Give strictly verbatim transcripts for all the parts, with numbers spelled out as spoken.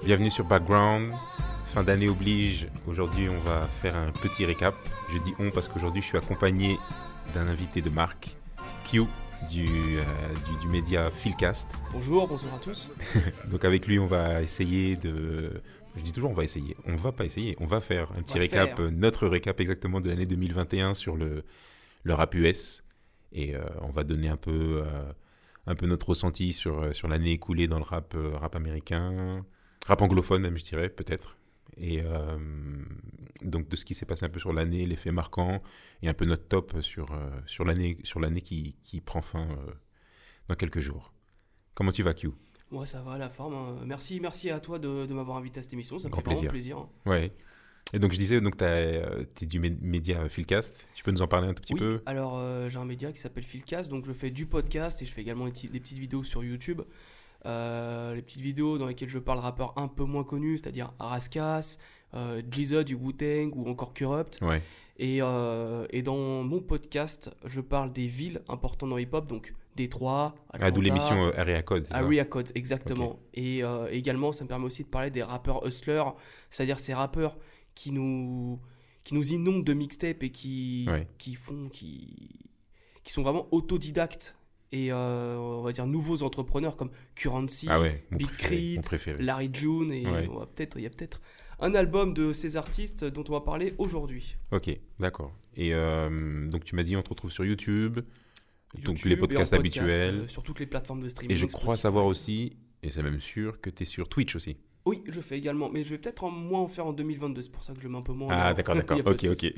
Bienvenue sur Background. Fin d'année oblige. Aujourd'hui, on va faire un petit récap. Je dis on parce qu'aujourd'hui, je suis accompagné d'un invité de marque, Q, du, euh, du, du média Philcast. Bonjour, bonsoir à tous. Donc avec lui, on va essayer de... Je dis toujours on va essayer. On va pas essayer. On va faire un petit récap, faire. notre récap exactement de l'année deux mille vingt et un sur le, le rap U S. Et euh, on va donner un peu, euh, un peu notre ressenti sur, sur l'année écoulée dans le rap, euh, rap américain, rap anglophone même, je dirais, peut-être. Et euh, donc de ce qui s'est passé un peu sur l'année, les faits marquants, et un peu notre top sur, euh, sur l'année, sur l'année qui, qui prend fin euh, dans quelques jours. Comment tu vas, Q ? Moi, ça va, la forme. Hein. Merci, merci à toi de, de m'avoir invité à cette émission. Ça me Grand fait vraiment plaisir. plaisir. Ouais. Et donc je disais, donc tu es du média Philcast. Tu peux nous en parler un tout petit oui, peu ? Alors euh, j'ai un média qui s'appelle Philcast. Donc je fais du podcast et je fais également des, des petites vidéos sur YouTube. Euh, les petites vidéos dans lesquelles je parle de rappeurs un peu moins connus, c'est-à-dire Araskas, euh, G Z A du Wu-Tang ou encore Kurupt. Ouais. Et, euh, et dans mon podcast, je parle des villes importantes dans le hip-hop, donc Détroit, Atlanta. Ah, d'où l'émission euh, Area Code. Area Code, exactement. Okay. Et euh, également, ça me permet aussi de parler des rappeurs hustlers, c'est-à-dire ces rappeurs qui nous, qui nous inondent de mixtapes et qui, ouais. qui font, qui, qui sont vraiment autodidactes. Et euh, on va dire nouveaux entrepreneurs comme Currency, ah ouais, Big Crit, Larry June. Et ouais. on va peut-être, il y a peut-être un album de ces artistes dont on va parler aujourd'hui. Ok, d'accord. Et euh, donc tu m'as dit on te retrouve sur YouTube, YouTube donc les podcasts podcast, habituels. Euh, sur toutes les plateformes de streaming. Et je crois Spotify. savoir aussi, et c'est même sûr, que tu es sur Twitch aussi. Oui, je fais également, mais je vais peut-être en moins en faire en deux mille vingt-deux, c'est pour ça que je le mets un peu moins. Ah là. d'accord, d'accord, ok, ok.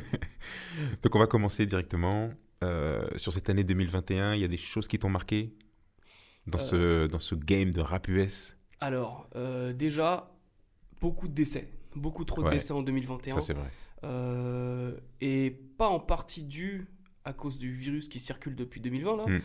Donc on va commencer directement. Euh, sur cette année deux mille vingt et un, il y a des choses qui t'ont marqué dans, euh... ce, dans ce game de rap U S ? Alors, euh, déjà, beaucoup de décès. Beaucoup trop de ouais, décès en deux mille vingt et un. Ça, c'est vrai. Euh, et pas en partie dû à cause du virus qui circule depuis deux mille vingt, là. Mm.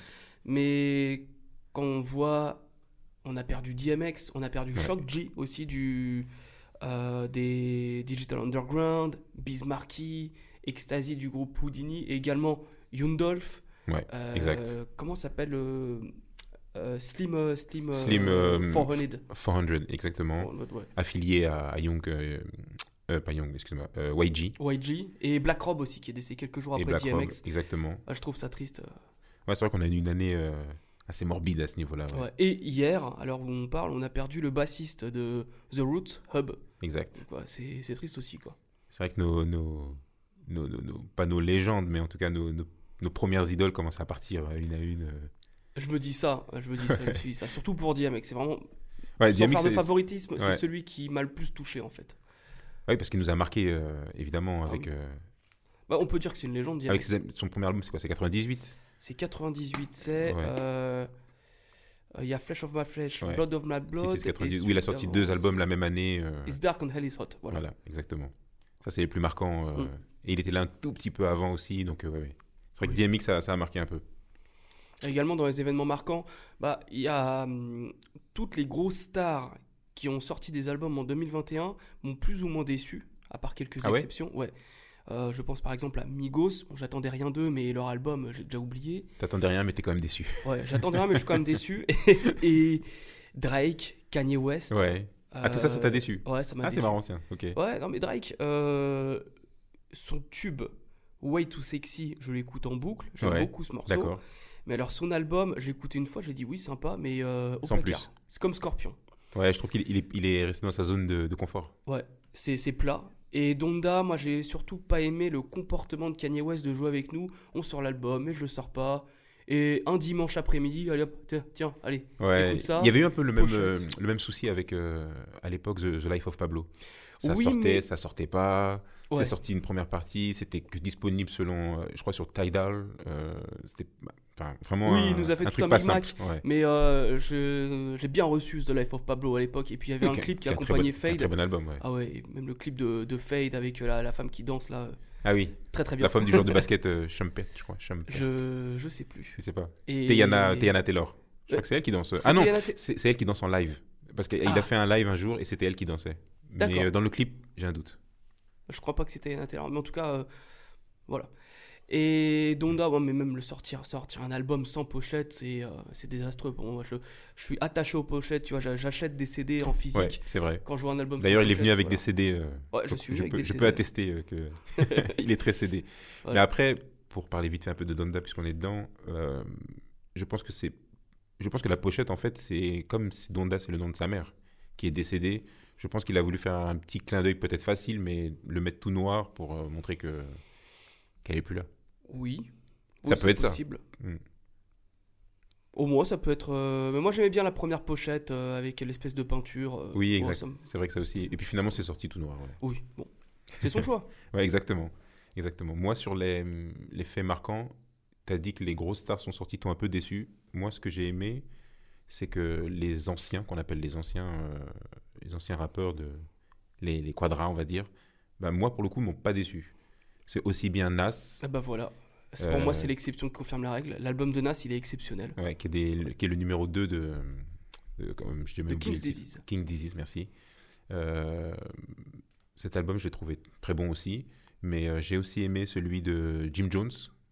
Mais quand on voit... On a perdu D M X, on a perdu ouais. Shock G aussi, du, euh, des Digital Underground, Biz Markie, Ecstasy du groupe Houdini, et également Yundolf. Ouais, euh, exact. Comment s'appelle euh, euh, Slim, euh, Slim, Slim euh, quatre cents. quatre cents, exactement. quatre cents, ouais. Affilié à, à Young, euh, euh, pas Young, excuse-moi, euh, Y G. Y G, et Black Rob aussi, qui est décédé quelques jours après D M X. Rob, exactement. Ah, je trouve ça triste. Ouais, c'est vrai qu'on a eu une année... Euh... assez morbide à ce niveau-là. Ouais. Ouais. Et hier, alors où on parle, on a perdu le bassiste de The Roots, Hub. Exact. Donc, ouais, c'est, c'est triste aussi, quoi. C'est vrai que nos, nos, nos, nos, nos, pas nos légendes, mais en tout cas nos, nos, nos premières idoles commencent à partir une à une. Euh... Je me dis ça, je me dis ça, je me dis ça. Surtout pour D M X, c'est vraiment... Ouais, sans D M X, faire de favoritisme, ouais. c'est celui qui m'a le plus touché, en fait. Oui, parce qu'il nous a marqué, euh, évidemment, ah, avec... oui. Euh... Bah, on peut dire que c'est une légende, D M X. Avec ses, son premier album, c'est quoi ? C'est quatre-vingt-dix-huit ? C'est quatre-vingt-dix-huit, c'est... Il ouais. euh, y a Flesh of My Flesh, ouais. Blood of My Blood... Si, c'est quatre-vingt-dix. Oui, il a sorti deux was... albums la même année. Euh... It's Dark and Hell is Hot, voilà. Voilà, exactement. Ça, c'est les plus marquants. Euh... Mm. Et il était là un tout petit peu avant aussi, donc euh, ouais, ouais. C'est vrai oui. que D M X, ça, ça a marqué un peu. Et également, dans les événements marquants, bah, il y a hum, toutes les grosses stars qui ont sorti des albums en deux mille vingt et un m'ont plus ou moins déçu, à part quelques ah exceptions. Ouais. Ouais. Euh, je pense par exemple à Migos. Bon, j'attendais rien d'eux, mais leur album, j'ai déjà oublié. T'attendais rien, mais t'es quand même déçu. Ouais, j'attendais rien, mais je suis quand même déçu. Et, et Drake, Kanye West. Ouais. Ah, euh, tout ça, ça t'a déçu ? Ouais, ça m'a ah, déçu. Ah, c'est marrant, tiens. Ok. Ouais, non, mais Drake, euh, son tube Way Too Sexy, je l'écoute en boucle. J'aime ouais. beaucoup ce morceau. D'accord. Mais alors, son album, j'ai écouté une fois, j'ai dit oui, sympa, mais euh, au Sans placard. Plus. C'est comme Scorpion. Ouais, je trouve qu'il il est, il est resté dans sa zone de, de confort. Ouais, c'est, c'est plat. Et Donda, moi j'ai surtout pas aimé le comportement de Kanye West de jouer avec nous. On sort l'album, mais je le sors pas. Et un dimanche après-midi, allez hop, tiens, tiens allez, ouais, écoute ça. Il y avait eu un peu le même, euh, le même souci avec, euh, à l'époque, The, The Life of Pablo. Ça oui, sortait, mais... ça sortait pas. Ouais. C'est sorti une première partie, c'était que disponible selon, euh, je crois, sur Tidal. Euh, c'était enfin, vraiment oui, un, il nous a fait un tout un micmac. Ouais. Mais euh, je, j'ai bien reçu The Life of Pablo à l'époque. Et puis il y avait oui, un clip qui accompagnait Fade. Un très bon album, ouais. Ah ouais, même le clip de, de Fade avec la, la femme qui danse là. Ah oui. Très très bien. La femme du joueur de basket, euh, Shumpert, je crois. Shumpert. Je, je sais plus. Je sais pas. Et... Teyana, Teyana Taylor. Je crois que c'est elle qui danse. C'est ah non, T- c'est, c'est elle qui danse en live. Parce qu'il ah. a fait un live un jour et c'était elle qui dansait. D'accord. Mais euh, dans le clip, j'ai un doute. Je crois pas que c'était Teyana Taylor. Mais en tout cas, euh, voilà. Et Donda, ouais, mais même le sortir, sortir un album sans pochette, c'est, euh, c'est désastreux pour moi. Je, je suis attaché aux pochettes, tu vois, j'a- j'achète des C D en physique Ouais, c'est vrai. quand je vois un album D'ailleurs, sans il est pochette, venu avec voilà. des C D. euh, Ouais, je donc suis je venu avec peux, des je C D. peux attester euh, que il est très C D. Voilà. Mais après, pour parler vite fait un peu de Donda, puisqu'on est dedans, euh, je pense que c'est, je pense que la pochette, en fait, c'est comme si Donda, c'est le nom de sa mère, qui est décédée. Je pense qu'il a voulu faire un petit clin d'œil peut-être facile, mais le mettre tout noir pour euh, montrer que qu'elle est plus là. Oui. Ça Oui, peut c'est être ça. possible. Mm. Au moins, ça peut être. euh, Mais moi, j'aimais bien la première pochette euh, avec l'espèce de peinture. euh, Oui, ouais, exact. ça me- C'est vrai que ça aussi. Et puis finalement, c'est sorti tout noir. Ouais, Oui, bon. C'est son choix. ouais exactement. exactement. Moi, sur les, les faits marquants, tu as dit que les grosses stars sont sorties, t'ont un peu déçu. Moi, ce que j'ai aimé, c'est que les anciens, qu'on appelle les anciens, euh, les anciens rappeurs, de, les, les quadras, on va dire, bah, moi, pour le coup, m'ont pas déçu. C'est aussi bien Nas, Ah bah voilà. C'est- Euh, Pour moi, c'est l'exception qui confirme la règle. L'album de Nas, il est exceptionnel. ouais, qui, est des- qui est le numéro deux de, de, comme je dis même De King's oublié, Disease. King Disease, merci. Euh, cet album, je l'ai trouvé très bon aussi, mais euh, j'ai aussi aimé celui de Jim Jones,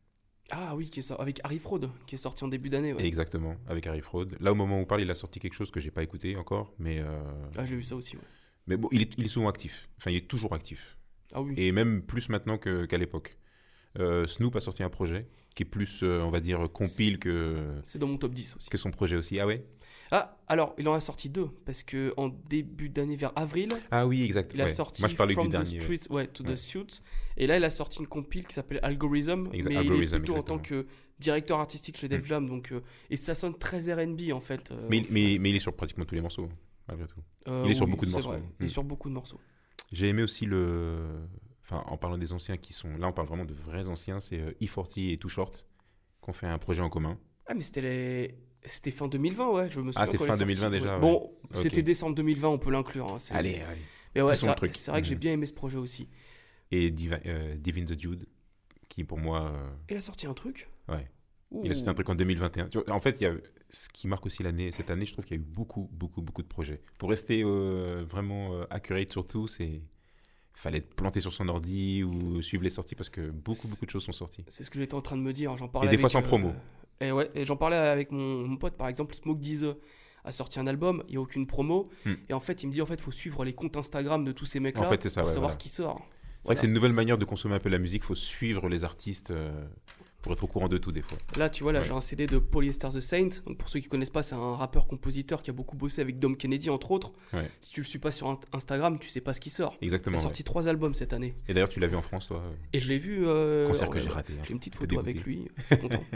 Ah oui, qui est sorti avec Harry Fraud, qui est sorti en début d'année. Ouais. exactement, avec Harry Fraud. Là, au moment où on parle, il a sorti quelque chose que j'ai pas écouté encore, mais, euh, Ah, j'ai vu ça aussi. Ouais. mais bon, il est, il est souvent actif. Enfin, il est toujours actif. Ah oui. Et même plus maintenant que- qu'à l'époque. Euh, Snoop a sorti un projet qui est plus, euh, on va dire, compile que, C'est dans mon top dix aussi. que son projet aussi. Ah ouais Ah, alors, il en a sorti deux, parce que en début d'année, vers avril, Ah oui, exact. il a ouais. sorti Moi, je parlais From du the dernier. ouais. Streets ouais, to Ouais. the Suits. Et là, il a sorti une compile qui s'appelle Algorithm, Exa- mais Algorithm, il est plutôt en exactement. tant que directeur artistique chez Def Jam. Donc, euh, et ça sonne très R and B, en fait. euh, Mais, au il- final. mais, mais il est sur pratiquement tous les morceaux, malgré tout. Euh, il est sur oui, beaucoup de c'est morceaux. vrai. Il est Mm. sur beaucoup de morceaux. J'ai aimé aussi le. Enfin, en parlant des anciens qui sont. Là, on parle vraiment de vrais anciens. C'est euh, E quarante et Too Short qui ont fait un projet en commun. Ah, mais c'était les... C'était fin deux mille vingt, ouais, je me souviens. Ah, c'est quand il fin est deux mille vingt sorti, déjà, ouais. ouais. Bon, Ok. c'était décembre deux mille vingt, on peut l'inclure. hein, c'est- Allez, allez. Mais ouais, Poussons c'est le vrai, truc. c'est vrai que j'ai Mhm. bien aimé ce projet aussi. Et Divi- euh, Divine the Dude, qui pour moi. euh, Il a sorti un truc. Ouais. Ouh. Il a sorti un truc en deux mille vingt et un. Tu vois, en fait, il y a, ce qui marque aussi l'année, cette année, je trouve qu'il y a eu beaucoup, beaucoup, beaucoup de projets. Pour rester euh, vraiment euh, accurate sur tout, c'est. Fallait être planté sur son ordi ou suivre les sorties parce que beaucoup, C'est- beaucoup de choses sont sorties. C'est ce que j'étais en train de me dire. J'en parlais Et des fois avec, sans promo. Et ouais, et j'en parlais avec mon, mon pote, par exemple, Smoke Dizzy a sorti un album, il n'y a aucune promo. Hmm. Et en fait, il me dit, en fait, il faut suivre les comptes Instagram de tous ces mecs-là En fait, c'est ça, pour ouais, savoir voilà. ce qui sort. C'est vrai que c'est une nouvelle manière de consommer un peu la musique. Il faut suivre les artistes euh, pour être au courant de tout des fois. Là, tu vois, là, Ouais. j'ai un C D de Polyester the Saint. Donc, pour ceux qui connaissent pas, c'est un rappeur-compositeur qui a beaucoup bossé avec Dom Kennedy, entre autres. Ouais. Si tu le suis pas sur in- Instagram, tu sais pas ce qui sort. Il Exactement. a ouais. sorti trois albums cette année. Et d'ailleurs, tu l'as vu en France, toi. euh, Et je l'ai vu. euh, concert en- que j'ai raté. hein. J'ai une petite J'étais photo avec dégoûté. lui. Je suis content.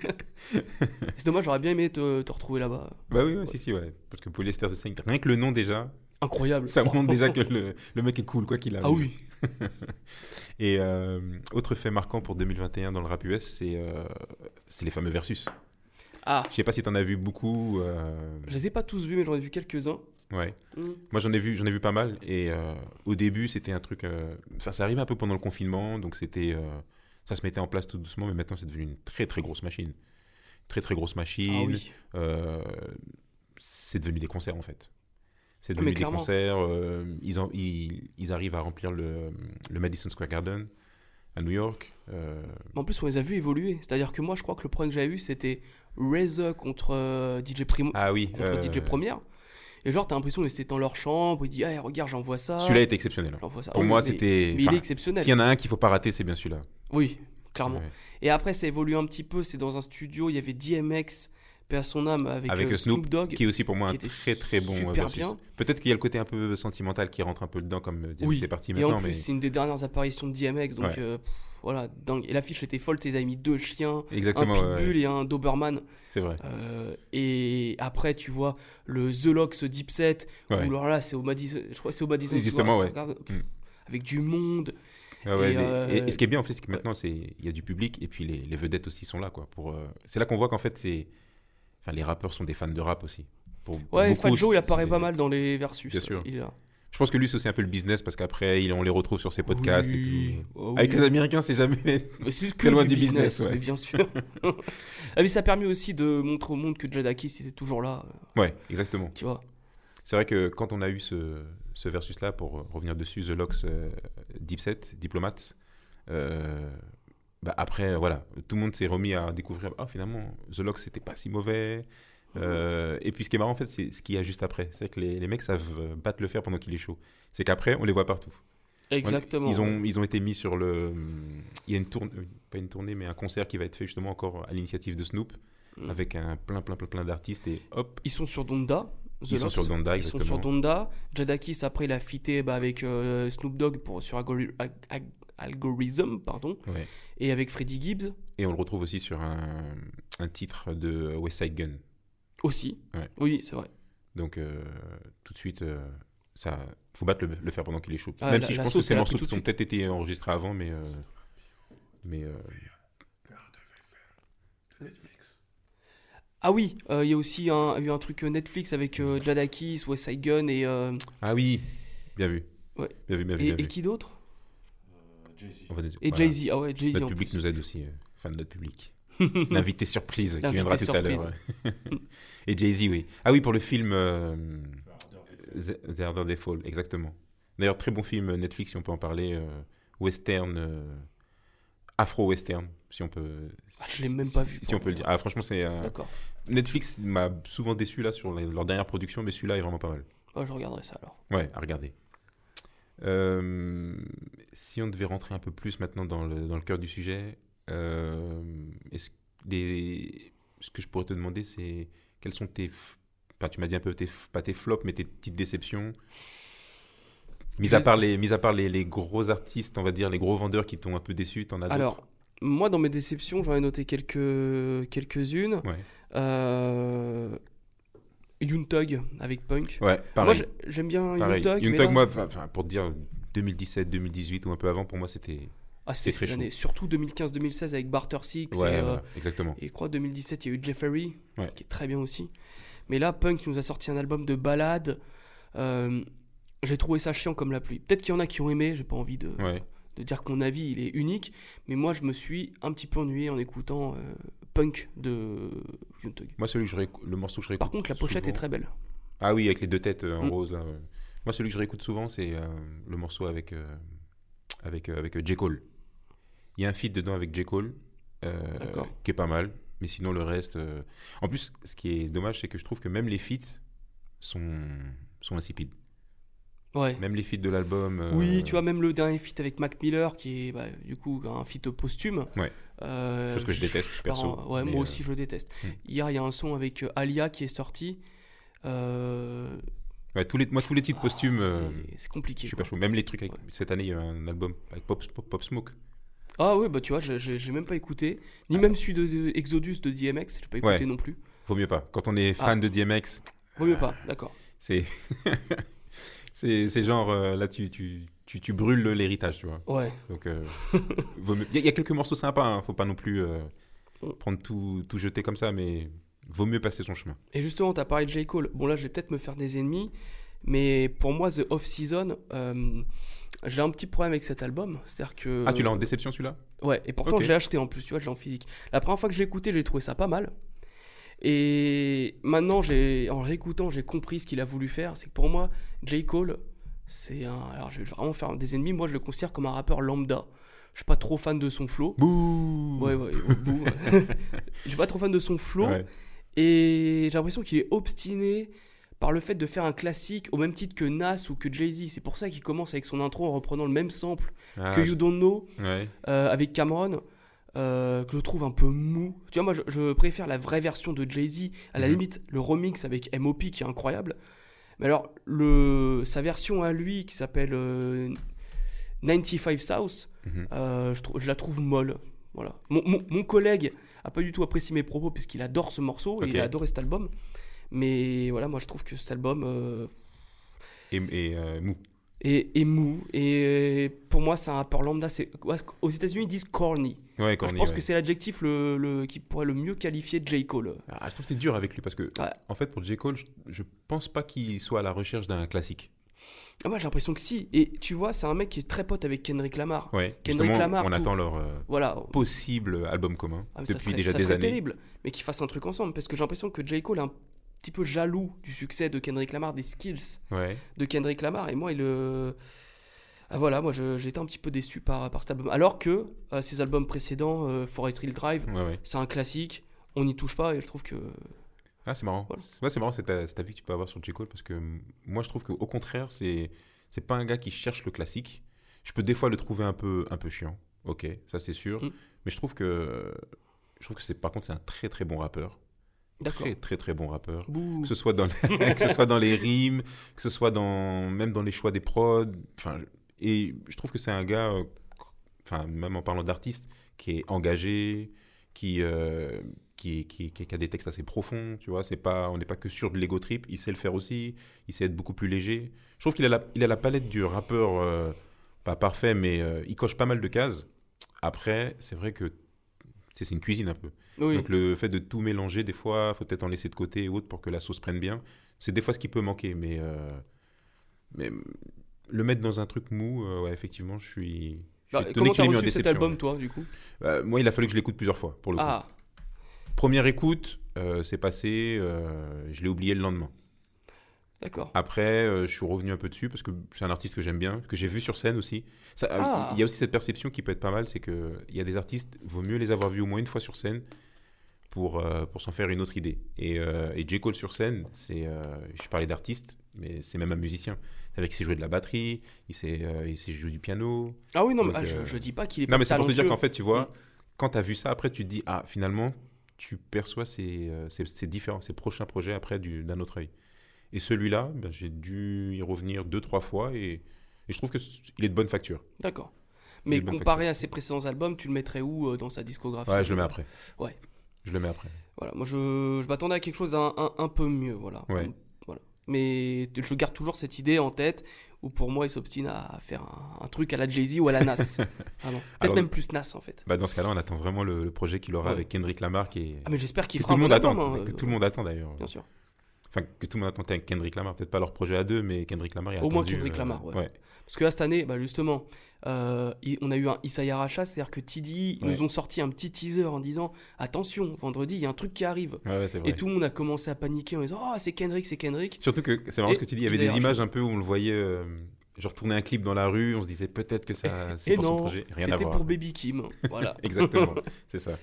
C'est dommage, j'aurais bien aimé te, te retrouver là-bas. Bah oui, ouais, si, si, ouais. Parce que Polyester the Saint, rien que le nom déjà, Incroyable. ça montre déjà que le, le mec est cool, quoi qu'il a. Ah oui. Et euh, autre fait marquant pour deux mille vingt et un dans le rap U S, c'est euh, c'est les fameux versus. Ah, Je sais pas si t'en as vu beaucoup. euh, je les ai pas tous vus, mais j'en ai vu quelques-uns. Ouais. Mm. Moi, j'en ai vu, j'en ai vu pas mal. Et euh, au début, c'était un truc. euh, Enfin, ça arrivait un peu pendant le confinement, donc c'était. euh, Ça se mettait en place tout doucement, mais maintenant, c'est devenu une très très grosse machine. Très très grosse machine. Ah oui. Euh, c'est devenu des concerts en fait. C'est Ah, devenu mais des clairement. concerts. euh, ils, en- ils, ils arrivent à remplir le, le Madison Square Garden à New York. euh, Mais en plus, on les a vus évoluer. C'est-à-dire que moi, je crois que le premier que j'avais eu, c'était RZA contre euh, D J Primo, Ah oui. contre euh, D J Première. Et genre, t'as l'impression qu'ils étaient dans leur chambre. Il dit, ah, regarde, j'envoie ça. Celui-là était exceptionnel. J'envoie ça. Pour Ah oui, moi, mais- c'était. Mais il enfin, est exceptionnel. S'il y en a un qu'il faut pas rater, c'est bien celui-là. Oui, clairement. Ouais. Et après, ça évolue un petit peu. C'est dans un studio. Il y avait D M X, paix à son âme, avec, Avec euh, Snoop, Snoop Dogg. Qui est aussi pour moi qui un était très très bon. euh, super versus. bien. Peut-être qu'il y a le côté un peu sentimental qui rentre un peu dedans, comme euh, D M X Oui. est parti Et maintenant. en plus, mais... c'est une des dernières apparitions de D M X. Donc, Ouais. euh, pff, voilà, dingue. Et l'affiche était folle. Ils avaient mis deux chiens, Exactement. un ouais, pitbull ouais. et un Doberman. C'est vrai. Euh, et après, tu vois le The Lox Deep Set, Ouais. où alors là, c'est au Madison, je crois que c'est au Madison Oui, justement, Square ouais. Garden, Mm. avec du monde. Ah ouais, Et, les- euh, et, et ce qui est bien en fait, c'est que maintenant c'est il y a du public et puis les, les vedettes aussi sont là quoi. Pour euh, c'est là qu'on voit qu'en fait c'est enfin les rappeurs sont des fans de rap aussi. Pour, pour Ouais, beaucoup, Fat Joe, il c'est apparaît des- pas mal dans les versus. Bien sûr. Il est là. Je pense que lui c'est aussi un peu le business parce qu'après il- on les retrouve sur ses podcasts et Oui. tout. Oh, oui. Avec les Américains c'est jamais. Mais c'est que très loin du du business, business, ouais. mais bien sûr. ah, mais ça a permis aussi de montrer au monde que Jadakiss était toujours là, euh, Ouais, exactement. tu vois. C'est vrai que quand on a eu ce, ce versus là pour revenir dessus, The Lox, euh, Deep Set, Diplomats, euh, bah, après, voilà, tout le monde s'est remis à découvrir, ah, finalement, The Lox, c'était pas si mauvais. Euh, et puis ce qui est marrant, en fait, c'est ce qu'il y a juste après. C'est que les, les mecs savent battre le fer pendant qu'il est chaud. C'est qu'après, on les voit partout. Exactement. On, ils, ont, ils ont été mis sur le... Il y a une tournée, pas une tournée, mais un concert qui va être fait justement encore à l'initiative de Snoop, mm. avec un plein, plein, plein, plein d'artistes et hop. Ils sont sur Donda. The Ils Lox. sont sur Donda, Ils sont sur Donda. Jadakiss, après, il a fité bah, avec euh, Snoop Dogg pour, sur Algori- Ag- Ag- Algorithm, pardon, ouais. et avec Freddie Gibbs. Et on le retrouve aussi sur un, un titre de West Side Gun. Aussi. Ouais. Oui, c'est vrai. Donc, euh, tout de suite, euh, ça, faut battre le, le fer pendant qu'il est chaud. Ah, Même la, si je la pense que ces morceaux ont ont peut-être été enregistrés avant, mais... Euh, mais euh... Ah oui, il euh, y a aussi il y a eu un truc Netflix avec euh, Jadakiss, West Side Gun et... Euh... Ah oui, bien vu. Ouais. Bien vu, bien vu, et, bien et vu. qui d'autre? Jay-Z. Dire, et voilà. Jay-Z, ah ouais, Jay-Z. Notre public nous aide aussi, euh, enfin notre public. L'invité surprise qui viendra tout surprise. à l'heure. Et Jay-Z, oui. Ah oui, pour le film euh, The, The Harder They Fall, exactement. D'ailleurs, très bon film Netflix, si on peut en parler. Euh, western, euh, afro-western, si on peut... Ah, je l'ai même pas si, vu. Si on peut le dire. Ah, franchement, c'est... Euh, D'accord. Netflix m'a souvent déçu là sur les, leur dernière production, mais celui-là est vraiment pas mal. Oh, je regarderai ça alors. Ouais, à regarder. Euh, si on devait rentrer un peu plus maintenant dans le, dans le cœur du sujet, euh, est-ce, des, ce que je pourrais te demander, c'est quels sont tes... Enfin, tu m'as dit un peu, tes, pas tes flops, mais tes petites déceptions. Mis à part, les, mis à part les, les gros artistes, on va dire, les gros vendeurs qui t'ont un peu déçu, t'en as alors, d'autres? Moi, dans mes déceptions, j'en ai noté quelques, quelques-unes. Ouais. Euh... Yoon Thug avec Punk. Ouais, pareil. Moi, j'aime bien pareil. Yoon Thug. Yoon Thug, là... moi, pour te dire, deux mille dix-sept, deux mille dix-huit ou un peu avant, pour moi, c'était... Ah, c'était ces années. Surtout deux mille quinze deux mille seize avec Barter Six. Ouais, et, euh, voilà, exactement. Et je crois deux mille dix-sept, il y a eu Jeffery, ouais. qui est très bien aussi. Mais là, Punk nous a sorti un album de ballades. Euh, j'ai trouvé ça chiant comme la pluie. Peut-être qu'il y en a qui ont aimé, j'ai pas envie de, ouais. de dire que mon avis, il est unique. Mais moi, je me suis un petit peu ennuyé en écoutant euh, Punk de Yoon Thug. Moi, celui que je réécoute, le morceau que je réécoute Par contre, la pochette souvent... est très belle. Ah oui, avec les deux têtes euh, en mm. rose. Là, ouais. Moi, celui que je réécoute souvent, c'est euh, le morceau avec, euh, avec, euh, avec euh, J. Cole. Il y a un feat dedans avec J. Cole euh, qui est pas mal, mais sinon le reste... Euh... En plus, ce qui est dommage, c'est que je trouve que même les feats sont, sont insipides. Ouais. Même les feats de l'album... Euh... Oui, tu vois, même le dernier feat avec Mac Miller, qui est bah, du coup un feat posthume. Ouais. Euh, Chose que je déteste, je, perso. En... Ouais, moi euh... aussi, je le déteste. Hmm. Hier, il y a un son avec euh, Alia qui est sorti. Euh... Ouais, tous les, moi, tous les titres oh, posthumes, euh, c'est, c'est compliqué. Je suis quoi. pas chaud. Même les trucs avec, ouais. Cette année, il y a un album avec Pop, Pop, Pop Smoke. Ah oui, bah tu vois, j'ai, j'ai même pas écouté. Ni ah. même celui de, de Exodus de D M X, j'ai pas écouté ouais. non plus. Vaut mieux pas. Quand on est fan ah. de D M X... Vaut mieux pas, d'accord. C'est, c'est, c'est genre, euh, là, tu, tu, tu, tu brûles l'héritage, tu vois. Ouais. Donc, il euh, y, y a quelques morceaux sympas, hein. Faut pas non plus euh, prendre tout, tout jeter comme ça, mais vaut mieux passer son chemin. Et justement, t'as parlé de J. Cole. Bon, là, je vais peut-être me faire des ennemis, mais pour moi, The Off-Season... Euh, j'ai un petit problème avec cet album, c'est-à-dire que... Ah, tu l'as en déception celui-là ? Ouais, et pourtant okay. je l'ai acheté en plus, tu vois, je l'ai en physique. La première fois que je l'ai écouté, j'ai trouvé ça pas mal. Et maintenant, j'ai, en réécoutant, j'ai compris ce qu'il a voulu faire. C'est que pour moi, J. Cole, c'est un... Alors, je vais vraiment faire des ennemis. Moi, je le considère comme un rappeur lambda. Je suis pas trop fan de son flow. Bouh. Ouais, ouais, bouh. Je suis pas trop fan de son flow. Ouais. Et j'ai l'impression qu'il est obstiné par le fait de faire un classique au même titre que Nas ou que Jay-Z. C'est pour ça qu'il commence avec son intro en reprenant le même sample ah, que You Don't Know ouais. euh, avec Cameron, euh, que je trouve un peu mou. Tu vois, moi, je, je préfère la vraie version de Jay-Z, à la mm-hmm. limite, le remix avec M O P qui est incroyable. Mais alors, le, sa version à lui qui s'appelle euh, quatre-vingt-quinze South, mm-hmm. euh, je, trou- je la trouve molle. Voilà. Mon, mon, mon collègue n'a pas du tout apprécié mes propos puisqu'il adore ce morceau okay. et il a adoré cet album. Mais voilà, moi je trouve que cet album euh, et, et euh, mou. Et, et mou. Et pour moi, c'est un rappeur lambda. C'est, aux États-Unis, ils disent corny. Ouais, corny. Je pense ouais. que c'est l'adjectif le, le, qui pourrait le mieux qualifier J. Cole. Ah, je trouve que c'est dur avec lui parce que, ouais. en fait, pour J. Cole, je, je pense pas qu'il soit à la recherche d'un classique. Ah, moi, j'ai l'impression que si. Et tu vois, c'est un mec qui est très pote avec Kendrick Lamar. Ouais, Kendrick Lamar. On tout. attend leur euh, voilà. possible album commun ah, depuis ça serait, déjà ça des serait années. terrible, mais qu'ils fassent un truc ensemble parce que j'ai l'impression que J. Cole est un petit peu jaloux du succès de Kendrick Lamar, des skills ouais. de Kendrick Lamar. Et moi, il le. Ah, voilà, moi je, j'ai été un petit peu déçu par, par cet album. Alors que euh, ses albums précédents, euh, Forest Hill Drive, Ouais, ouais. c'est un classique, on n'y touche pas et je trouve que. Ah, c'est marrant. Voilà. Ouais, c'est marrant, c'est ta, c'est ta vie que tu peux avoir sur J. Cole parce que mm, moi, je trouve qu'au contraire, c'est, c'est pas un gars qui cherche le classique. Je peux des fois le trouver un peu, un peu chiant, ok, ça c'est sûr. Mm. Mais je trouve que, je trouve que c'est, par contre, c'est un très très bon rappeur. D'accord. Très très très bon rappeur. Bouh. Que ce soit dans, les, que ce soit dans les rimes, que ce soit dans, même dans les choix des prods. Enfin, et je trouve que c'est un gars, euh, enfin, même en parlant d'artiste, qui est engagé, qui, euh, qui, qui, qui, qui a des textes assez profonds, tu vois. C'est pas, on n'est pas que sur de l'ego trip, il sait le faire aussi, il sait être beaucoup plus léger. Je trouve qu'il a la, il a la palette du rappeur, euh, pas parfait, mais euh, il coche pas mal de cases. Après, c'est vrai que c'est, c'est une cuisine un peu. Oui. Donc le fait de tout mélanger, des fois, faut peut-être en laisser de côté et autres pour que la sauce prenne bien. C'est des fois ce qui peut manquer, mais, euh, mais le mettre dans un truc mou, euh, ouais, effectivement, je suis... Je Bah, suis étonné comment qu'il t'as ait mis en reçu cet déception, album, ouais. toi, du coup? Euh, moi, il a fallu que je l'écoute plusieurs fois, pour le coup. Ah, Première écoute, euh, c'est passé, euh, je l'ai oublié le lendemain. d'accord. Après, euh, je suis revenu un peu dessus parce que c'est un artiste que j'aime bien, que j'ai vu sur scène aussi. Ça, euh, Ah. Il y a aussi cette perception qui peut être pas mal, c'est qu'il y a des artistes, vaut mieux les avoir vus au moins une fois sur scène pour, euh, pour s'en faire une autre idée. Et, euh, et J. Cole sur scène, c'est, euh, je parlais d'artiste, mais c'est même un musicien. C'est vrai qu'il sait jouer de la batterie, il sait, euh, il sait jouer du piano. Ah oui, non, Donc, mais ah, je, euh, je dis pas qu'il est Non, pas mais c'est pour te dire talentueux. qu'en fait, tu vois, Mm. quand tu as vu ça, après, tu te dis, ah, finalement, tu perçois ces, euh, ces, ces différents, ces prochains projets après du, d'un autre œil. Et celui-là, ben, j'ai dû y revenir deux, trois fois et, et je trouve qu'il est de bonne facture. D'accord. Il Mais est de bonne comparé facture. à ses précédents albums, tu le mettrais où euh, dans sa discographie? Ouais, je le mets après. Ouais. Je le mets après. Voilà, moi je, je m'attendais à quelque chose d'un un, un peu mieux, voilà. Ouais. Voilà. Mais je garde toujours cette idée en tête où pour moi il s'obstine à faire un, un truc à la Jay-Z ou à la Nas. Vraiment. Peut-être Alors, même plus Nas en fait. Bah, dans ce cas-là, on attend vraiment le, le projet qu'il aura Ouais. avec Kendrick Lamar qui est... Ah mais j'espère qu'il que fera tout le un monde bon attend, album, hein, que euh, tout le monde attend d'ailleurs. Bien sûr. Enfin, que tout le monde attend avec Kendrick Lamar. Peut-être pas leur projet à deux, mais Kendrick Lamar, il a Au moins attendu, Kendrick euh, Lamar, ouais. ouais. Parce que là cette année, bah, justement, euh, il- on a eu un Isaiah Racha, c'est-à-dire que T D, ils Ouais. nous ont sorti un petit teaser en disant attention, vendredi il y a un truc qui arrive. Ouais, ouais, c'est vrai. Et tout le monde a commencé à paniquer en disant oh c'est Kendrick, c'est Kendrick. Surtout que c'est marrant Et ce que tu dis, il y avait Isaiah des images Rashad. un peu où on le voyait, euh, genre tourner un clip dans la rue, on se disait peut-être que ça, c'est Et pour son non, projet. Rien à c'était voir. pour Baby Kim. Voilà. Exactement, c'est ça.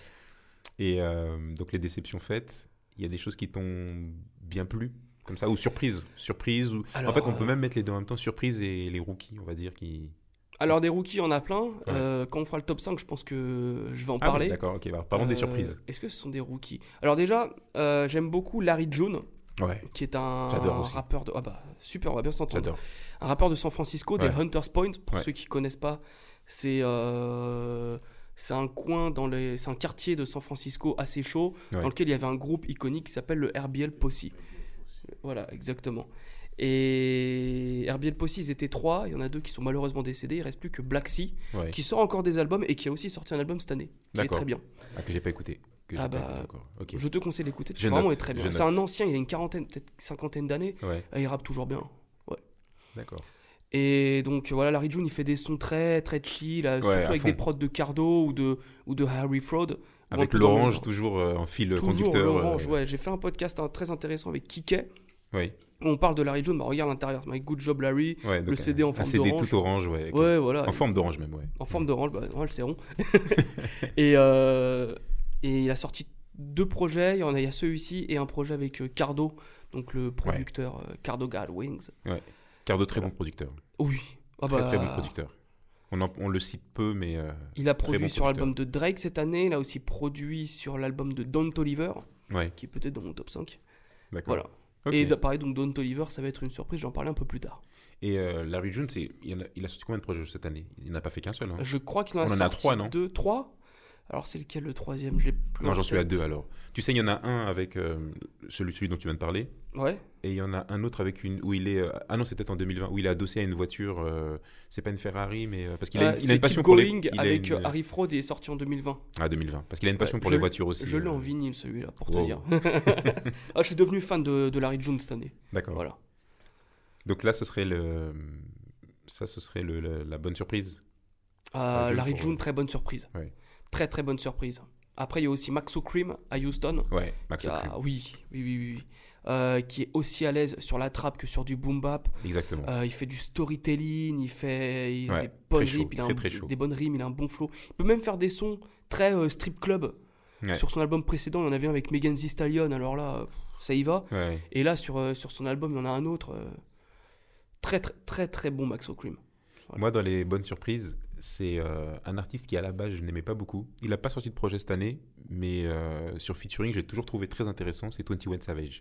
Et euh, donc les déceptions faites, il y a des choses qui t'ont bien plu, comme ça, ou surprise, surprise. Ou... Alors, en fait, on peut euh, même mettre les deux en même temps, surprise et les rookies, on va dire, qui... Alors des rookies, on a plein. Euh, quand on fera le top cinq, je pense que je vais en Ah, parler. oui, d'accord, ok, bah, parlons des Euh, surprises. Est-ce que ce sont des rookies? Alors déjà, euh, j'aime beaucoup Larry June, Ouais, qui est un, J'adore un aussi. rappeur de... Ah bah super, on va bien s'entendre. j'adore. Un rappeur de San Francisco, des Ouais. Hunters Point. Pour Ouais. ceux qui connaissent pas, c'est euh, c'est un coin dans les, c'est un quartier de San Francisco assez chaud, Ouais. dans lequel il y avait un groupe iconique qui s'appelle le R B L Posse. Voilà, exactement. Et R B L Posse, ils étaient trois. Il y en a deux qui sont malheureusement décédés. Il reste plus que Black Sea, Ouais. qui sort encore des albums et qui a aussi sorti un album cette année, qui est D'accord. très bien. Ah, que j'ai pas écouté. Que j'ai Ah pas bah, écouté encore. Ok. Je te conseille d'écouter. Je Vraiment, note, il est très bien. je C'est note. un ancien, il a une quarantaine, peut-être cinquantaine d'années. Ouais, Et il rappe toujours bien. d'accord. Et donc voilà, Larry June, il fait des sons très très chill, euh, Ouais, surtout à avec fond. des prods de Cardo ou de, ou de Harry Fraud. ou un Avec peu dans le l'orange, genre. toujours euh, en fil Toujours conducteur. l'orange, euh, ouais. J'ai fait un podcast hein, très intéressant avec Kike. Oui, Où on parle de Larry June, bah regarde l'intérieur, avec Good Job Larry. ouais, donc, Le C D en un forme C D d'orange. tout orange, ouais. ok. Ouais, voilà. En forme d'orange même, ouais. En forme d'orange, bah ouais, c'est rond. et, euh, et il a sorti deux projets, il y en a, il y a celui-ci et un projet avec euh, Cardo, donc le producteur euh, Cardo God Wings. Car de très bons producteurs. Oui. Ah Très bah, très bons producteurs. On, en- on le cite peu, mais euh, Il a Très produit bon sur producteur. l'album de Drake cette année, il a aussi produit sur l'album de Don Toliver, ouais, qui est peut-être dans mon top cinq. d'accord. Voilà. Ok. Et d- pareil, donc Don Toliver, ça va être une surprise, j'en parlais un peu plus tard. Et euh, Larry June, c'est, il, en a, il a sorti combien de projets cette année? Il n'a pas fait qu'un seul. Hein. Je crois qu'il en a On en a sorti trois, non deux, trois. Alors c'est lequel le troisième? Je l'ai plus Non, en j'en suis à tête. deux alors. Tu sais, il y en a un avec euh, celui, celui dont tu viens de parler. Ouais. Et il y en a un autre avec une où il est. euh, ah non, c'était en deux mille vingt, où il est adossé à une voiture. euh, c'est pas une Ferrari, mais. euh, parce qu'il a, Euh, une- il a c'est une passion Keep pour les. Going il a avec une- euh, Harry Fraud et est sorti en deux mille vingt. Ah, deux mille vingt. Parce qu'il a une passion Ouais, pour je les l'ai- voitures aussi. Je l'ai euh. en vinyle celui-là, pour te Wow. dire. Ah, je suis devenu fan de, de Larry June cette année. D'accord. Voilà. Donc là, ce serait le. Ça, ce serait le, le- la bonne surprise. Euh, Larry June Larry pour- June, très bonne surprise. Ouais. Très très bonne surprise. Après, il y a aussi Maxo Cream à Houston. Ouais, Max qui a- O'Cream. oui, oui, oui, oui. oui. euh, qui est aussi à l'aise sur la trappe que sur du boom bap. Exactement. Euh, il fait du storytelling, il fait il ouais, a des bonnes chaud, rimes, il a très, un, très chaud. des bonnes rimes, il a un bon flow. Il peut même faire des sons très euh, strip club. Ouais. Sur son album précédent, il y en avait un avec Megan Thee Stallion, alors là, ça y va. Ouais. Et là, sur, euh, sur son album, il y en a un autre. Euh, très, très, très, très bon Maxo Cream. Voilà. Moi, dans les bonnes surprises, c'est euh, un artiste qui, à la base, je n'aimais pas beaucoup. Il n'a pas sorti de projet cette année, mais euh, sur featuring, j'ai toujours trouvé très intéressant, c'est vingt et un Savage.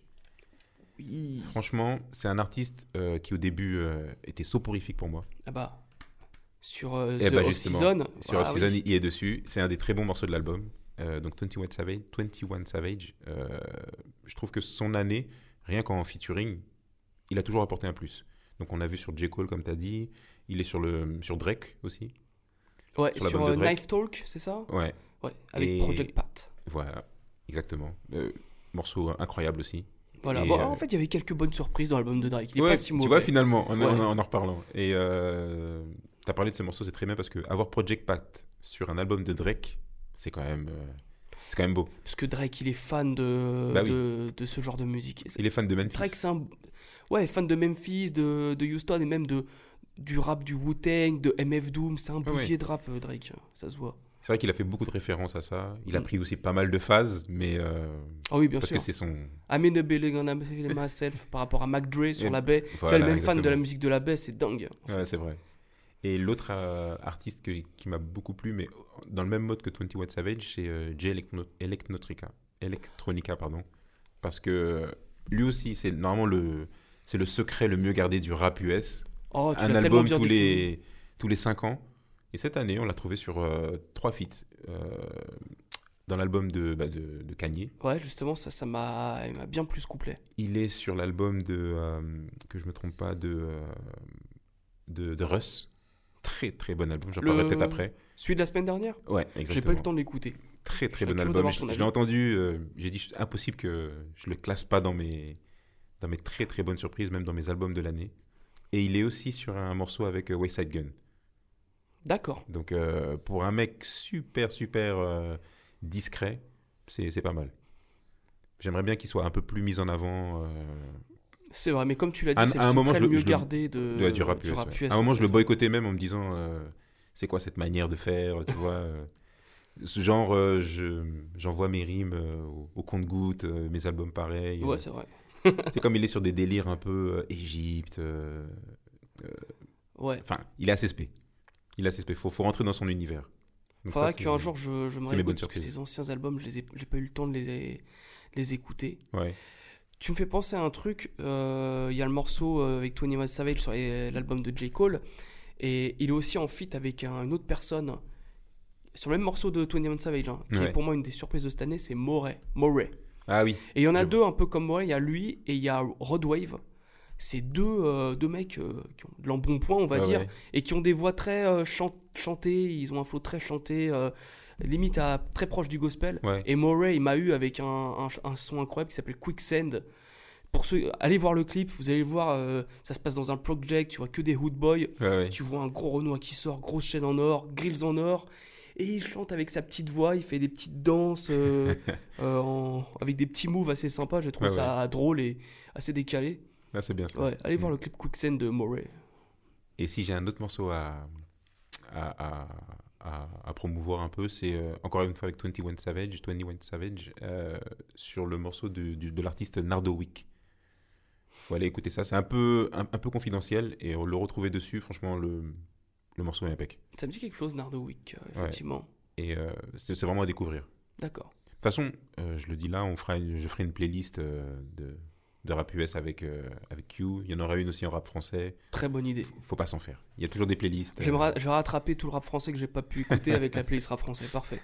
Oui. Franchement, c'est un artiste euh, qui, au début, euh, était soporifique pour moi. Ah bah, sur euh, The bah, Off-Season, sur ah, Off-Season, oui. il est dessus. C'est un des très bons morceaux de l'album. Euh, donc vingt et un Savage, vingt et un Savage euh, je trouve que son année, rien qu'en featuring, il a toujours apporté un plus. Donc on a vu sur J. Cole, comme tu as dit, il est sur, le, sur Drake aussi. Ouais, sur, sur euh, Knife Talk, c'est ça? Ouais. Ouais, avec et... Project Pat. Voilà, exactement. Euh, morceau incroyable aussi. Voilà, bon, euh... en fait, il y avait quelques bonnes surprises dans l'album de Drake. Il est ouais, pas si mauvais. Tu vois, finalement, en, ouais. en, en en reparlant. Et euh, tu as parlé de ce morceau, c'est très bien parce qu'avoir Project Pat sur un album de Drake, c'est quand même... Euh... C'est quand même beau. Parce que Drake, il est fan de, bah oui. de, de ce genre de musique. C'est... Il est fan de Memphis. Drake, c'est un... Ouais, fan de Memphis, de, de Houston et même de, du rap du Wu-Tang, de M F Doom. C'est un bousier ouais. de rap, Drake. Ça se voit. C'est vrai qu'il a fait beaucoup de références à ça. Il a pris aussi pas mal de phases, mais... Euh... Ah oui, bien parce sûr. Parce que c'est son... I'm in a building on myself par rapport à Mac Dre sur et la baie. Voilà, tu vois, le même fan de la musique de la baie, c'est dingue. En fait. Ouais, c'est vrai. Et l'autre euh, artiste que, qui m'a beaucoup plu, mais dans le même mode que vingt et un Savage, c'est euh, Jay Electro- Electronica. Electronica, pardon. Parce que lui aussi, c'est normalement le, c'est le secret le mieux gardé du rap U S. Oh, tu un l'as album bien tous défini. les, tous les cinq ans. Et cette année, on l'a trouvé sur euh, trois feats. Euh, dans l'album de, bah, de, de Kanye. Ouais, justement, ça, ça m'a, il m'a bien plus couplé. Il est sur l'album de, euh, que je me trompe pas, de, euh, de, de Russ. Très très bon album, j'en le... parlerai peut-être après. Celui de la semaine dernière ? Ouais, exactement. J'ai pas eu le temps de l'écouter. Très très bon album. Je, je l'ai entendu, euh, j'ai dit impossible que je le classe pas dans mes, dans mes très très bonnes surprises, même dans mes albums de l'année. Et il est aussi sur un morceau avec euh, Westside Gun. D'accord. Donc euh, pour un mec super super euh, discret, c'est, c'est pas mal. J'aimerais bien qu'il soit un peu plus mis en avant. Euh... C'est vrai, mais comme tu l'as dit, à, c'est à le moment, secret le mieux je gardé de, de, du rap du U S. rap Ouais. U S à un moment, en je fait. le boycottais même en me disant euh, c'est quoi cette manière de faire, tu vois euh, ce genre, euh, je, j'envoie mes rimes euh, au, au compte-gouttes, euh, mes albums pareils. Ouais, euh, c'est vrai. c'est comme il est sur des délires un peu euh, Égypte. Euh, euh, ouais. Enfin, il est assez spé. Il est assez spé. Il faut, faut rentrer dans son univers. Il faudra ça, qu'un jour je, je me réécoute parce que surprises. ces anciens albums, je les ai, j'ai pas eu le temps de les, les écouter. Ouais. Tu me fais penser à un truc. Il euh, y a le morceau avec vingt et un Savage sur l'album de J. Cole. Et il est aussi en feat avec un, une autre personne sur le même morceau de vingt et un Savage, hein, qui ouais. est pour moi une des surprises de cette année, c'est Moray. Moray. Ah oui. Et il y en a je... deux un peu comme Moray. Il y a lui et il y a Roadwave. C'est deux, euh, deux mecs euh, qui ont de l'embonpoint, on va ah dire, ouais. et qui ont des voix très euh, chant- chantées. Ils ont un flow très chanté, euh, limite à, très proche du gospel. Ouais. Et Moray, il m'a eu avec un, un, un son incroyable qui s'appelle Quicksand. Pour ceux, allez voir le clip, vous allez le voir, euh, ça se passe dans un project, tu vois que des hood boys, ouais, ouais. tu vois un gros Renoir qui sort, grosse chaîne en or, grills en or, et il chante avec sa petite voix, il fait des petites danses euh, euh, en, avec des petits moves assez sympas, je trouve ouais, ça ouais. drôle et assez décalé. Ah, c'est bien ça. Ouais, allez mmh. voir le clip Quicksand de Moray. Et si j'ai un autre morceau à, à, à, à, à promouvoir un peu, c'est euh, encore une fois avec vingt et un Savage, vingt et un Savage euh, sur le morceau de, de, de l'artiste Nardo Wick. Il faut aller écouter ça, c'est un peu, un, un peu confidentiel et le retrouver dessus, franchement, le, le morceau est impec. Ça me dit quelque chose, Nardo Wick, euh, effectivement. Ouais. Et euh, c'est, c'est vraiment à découvrir. D'accord. De toute façon, euh, je le dis là, on fera une, je ferai une playlist euh, de... de rap U S avec, euh, avec Q. Il y en aura une aussi en rap français. Très bonne idée. Faut, faut pas s'en faire. Il y a toujours des playlists. Je vais, ra- je vais rattraper tout le rap français que j'ai pas pu écouter avec la playlist rap français. Parfait.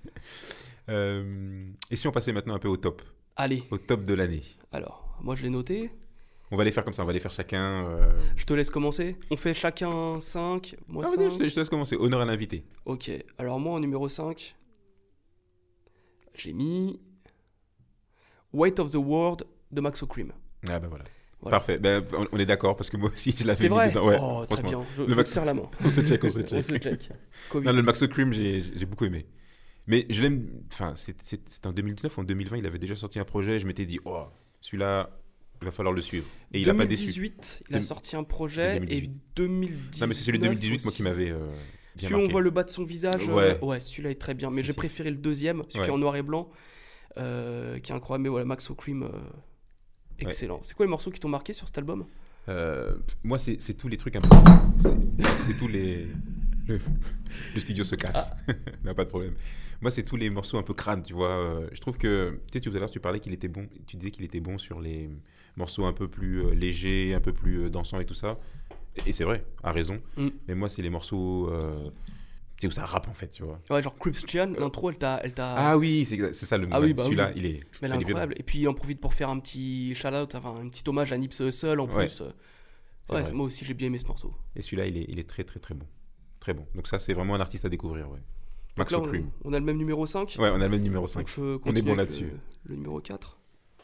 euh, et si on passait maintenant un peu au top ? Allez. Au top de l'année. Alors, moi je l'ai noté. On va les faire comme ça, on va les faire chacun. Euh... Je te laisse commencer. On fait chacun cinq, moi ah, cinq. Je te, je te laisse commencer. Honneur à l'invité. Ok. Alors moi en numéro cinq, j'ai mis Weight of the World de Maxo Cream. Ah ben voilà. Voilà. Parfait, ben, on, on est d'accord parce que moi aussi je l'avais c'est mis vrai dedans. Ouais, oh, très bien, je, le je Max... te serre la main. On se check, on se check. on se check. Non, le Maxo Cream, j'ai, j'ai beaucoup aimé. Mais je l'aime, enfin, c'est, c'est, c'est en deux mille dix-neuf ou en deux mille vingt, il avait déjà sorti un projet, je m'étais dit, oh, celui-là, Il va falloir le suivre. Et il deux a pas mille déçu. dix-huit, il a sorti un projet. deux mille dix-huit. Et deux mille dix-neuf. Non, mais c'est celui de deux mille dix-huit, aussi. moi, qui m'avait. Euh, bien celui où on marqué. voit le bas de son visage. Ouais. euh, ouais, celui-là est très bien. Mais Si, j'ai si. préféré le deuxième, celui Ouais. qui est en noir et blanc, euh, qui est incroyable. Mais voilà, Max O'Cream, euh, excellent. C'est quoi les morceaux qui t'ont marqué sur cet album? Euh, moi, c'est, c'est tous les trucs un peu. C'est, c'est tous les. Le, le studio se casse. Ah. Non, pas de problème. Moi, c'est tous les morceaux un peu crânes, tu vois. Euh, je trouve que. Tu sais, tout à l'heure, tu parlais qu'il était bon. Tu disais qu'il était bon sur les morceaux un peu plus euh, légers, un peu plus euh, dansants et tout ça. Et, et c'est vrai, à raison. Mm. Mais moi, c'est les morceaux. Euh, tu sais, où ça rappe en fait, tu vois. Ouais, genre Christian, l'intro, elle t'a, elle t'a. Ah oui, c'est, c'est ça le. Ah oui, bah celui-là, oui. il est. Mais elle est incroyable. Et puis, il en profite pour faire un petit shout-out, enfin, un petit hommage à Nipsey Hussle en ouais. plus. Ouais, moi aussi, j'ai bien aimé ce morceau. Et celui-là, il est, il est très, très, très bon. Très bon. Donc ça, c'est vraiment un artiste à découvrir, ouais. Max là, O'Cream. On, on a le même numéro cinq. Ouais, on a le même numéro cinq. On est bon là-dessus. Le, le numéro quatre.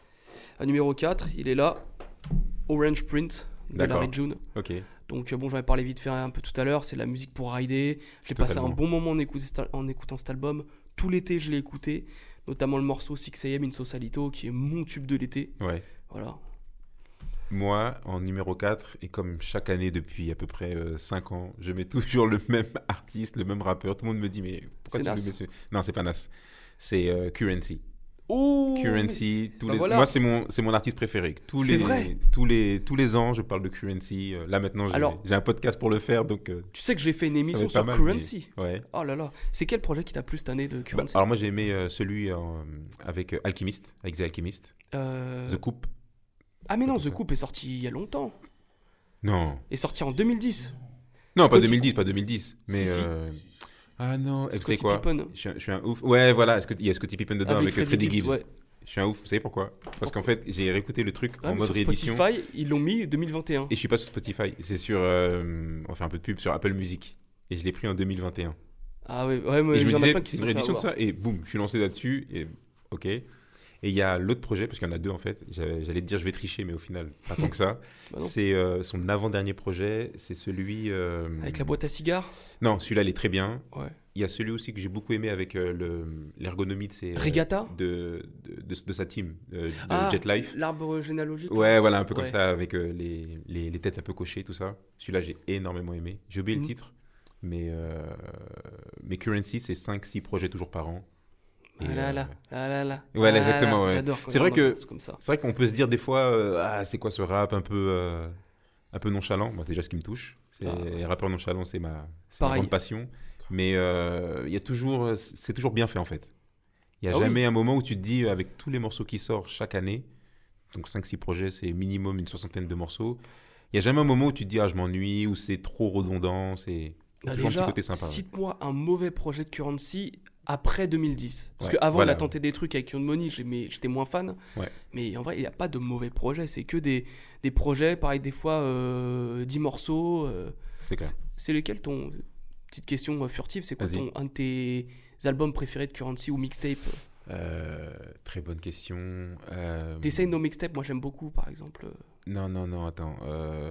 À numéro quatre, il est là. Orange Print de Larry June. Ok. Donc bon, j'en ai parlé vite fait un peu tout à l'heure. C'est la musique pour rider. J'ai passé un bon moment en, écoute, en écoutant cet album. Tout l'été, je l'ai écouté. Notamment le morceau six a.m. in Sausalito, qui est mon tube de l'été. Ouais. Voilà. Moi, en numéro quatre, et comme chaque année depuis à peu près euh, cinq ans, je mets toujours le même artiste, le même rappeur. Tout le monde me dit, mais pourquoi c'est tu Nas. le mets ce... Non, c'est pas Nas. C'est euh, Currency. Oh, Currency. Tous bah les... voilà. Moi, c'est mon, c'est mon artiste préféré. Tous c'est les... vrai. Tous les, tous les ans, je parle de Currency. Là, maintenant, j'ai, Alors, j'ai un podcast pour le faire. Donc, euh, tu sais que j'ai fait une émission sur mal, Currency. Mais... Ouais. Oh là là. C'est quel projet qui t'a plu cette année de Currency? Bah, alors, moi, j'ai aimé euh, celui euh, avec euh, Alchemist, avec The Alchemist. Euh... The Coupe. Ah mais non, The Coupe est sorti il y a longtemps. Non. Est sorti en deux mille dix. Non, Scottie... pas deux mille dix, pas deux mille dix. Mais... Si, si. Euh... Ah non, Scottie c'est quoi Pippen. je suis, un, je suis un ouf. Ouais, voilà, il y a Scottie Pippen dedans avec, avec Freddie Gibbs. Gibbs. Ouais. Je suis un ouf, vous savez pourquoi? Parce pourquoi qu'en fait, j'ai réécouté le truc ah, en mode sur réédition. Spotify, ils l'ont mis deux mille vingt et un. Et je suis pas sur Spotify, c'est sur... Euh... On fait un peu de pub sur Apple Music. Et je l'ai pris en deux mille vingt et un. Ah ouais, ouais, moi, et je me disais, plein qui c'est une réédition de ça. Et boum, je suis lancé là-dessus. Et ok. Et il y a l'autre projet, parce qu'il y en a deux en fait. J'allais, j'allais te dire, je vais tricher, mais au final, pas tant que ça. Bah c'est euh, son avant-dernier projet. C'est celui. Euh... Avec la boîte à cigares? Non, celui-là, il est très bien. Ouais. Il y a celui aussi que j'ai beaucoup aimé avec euh, le, l'ergonomie de ses. Euh, Regatta de, de, de, de sa team, euh, de ah, Jet Life. L'arbre généalogique. Ouais, voilà, un peu comme ouais. ça, avec euh, les, les, les têtes un peu cochées, tout ça. Celui-là, j'ai énormément aimé. J'ai oublié mmh. le titre. Mais, euh, mais Currency, c'est cinq six projets toujours par an. Et ah là, là, euh... là, là, là. Ouais, ah exactement. Là, ouais. J'adore. C'est vrai que comme ça. c'est vrai qu'on peut se dire des fois, euh, ah, c'est quoi ce rap un peu, euh, un peu nonchalant. Moi, déjà, ce qui me touche, c'est ah. les rappeurs nonchalants, c'est ma, c'est ma grande passion. Mais il euh, y a toujours, c'est toujours bien fait en fait. Il y a ah jamais oui. un moment où tu te dis, avec tous les morceaux qui sortent chaque année, donc cinq six projets, c'est minimum une soixantaine de morceaux. Il y a jamais un moment où tu te dis, ah, je m'ennuie, ou c'est trop redondant. C'est bah toujours déjà, un petit côté sympa. Cite-moi ouais. un mauvais projet de Currency après deux mille dix. Parce ouais, qu'avant, voilà. il a tenté des trucs avec Young Money, j'étais moins fan. Ouais. Mais en vrai, il n'y a pas de mauvais projets. C'est que des, des projets, pareil, des fois euh, dix morceaux. Euh, c'est clair. C'est, c'est lequel ton. Petite question euh, furtive, c'est quoi ton, un de tes albums préférés de Currency ou mixtape? euh, Très bonne question. Euh... T'essayes No Mixtape, moi j'aime beaucoup par exemple. Non, non, non, attends. Euh...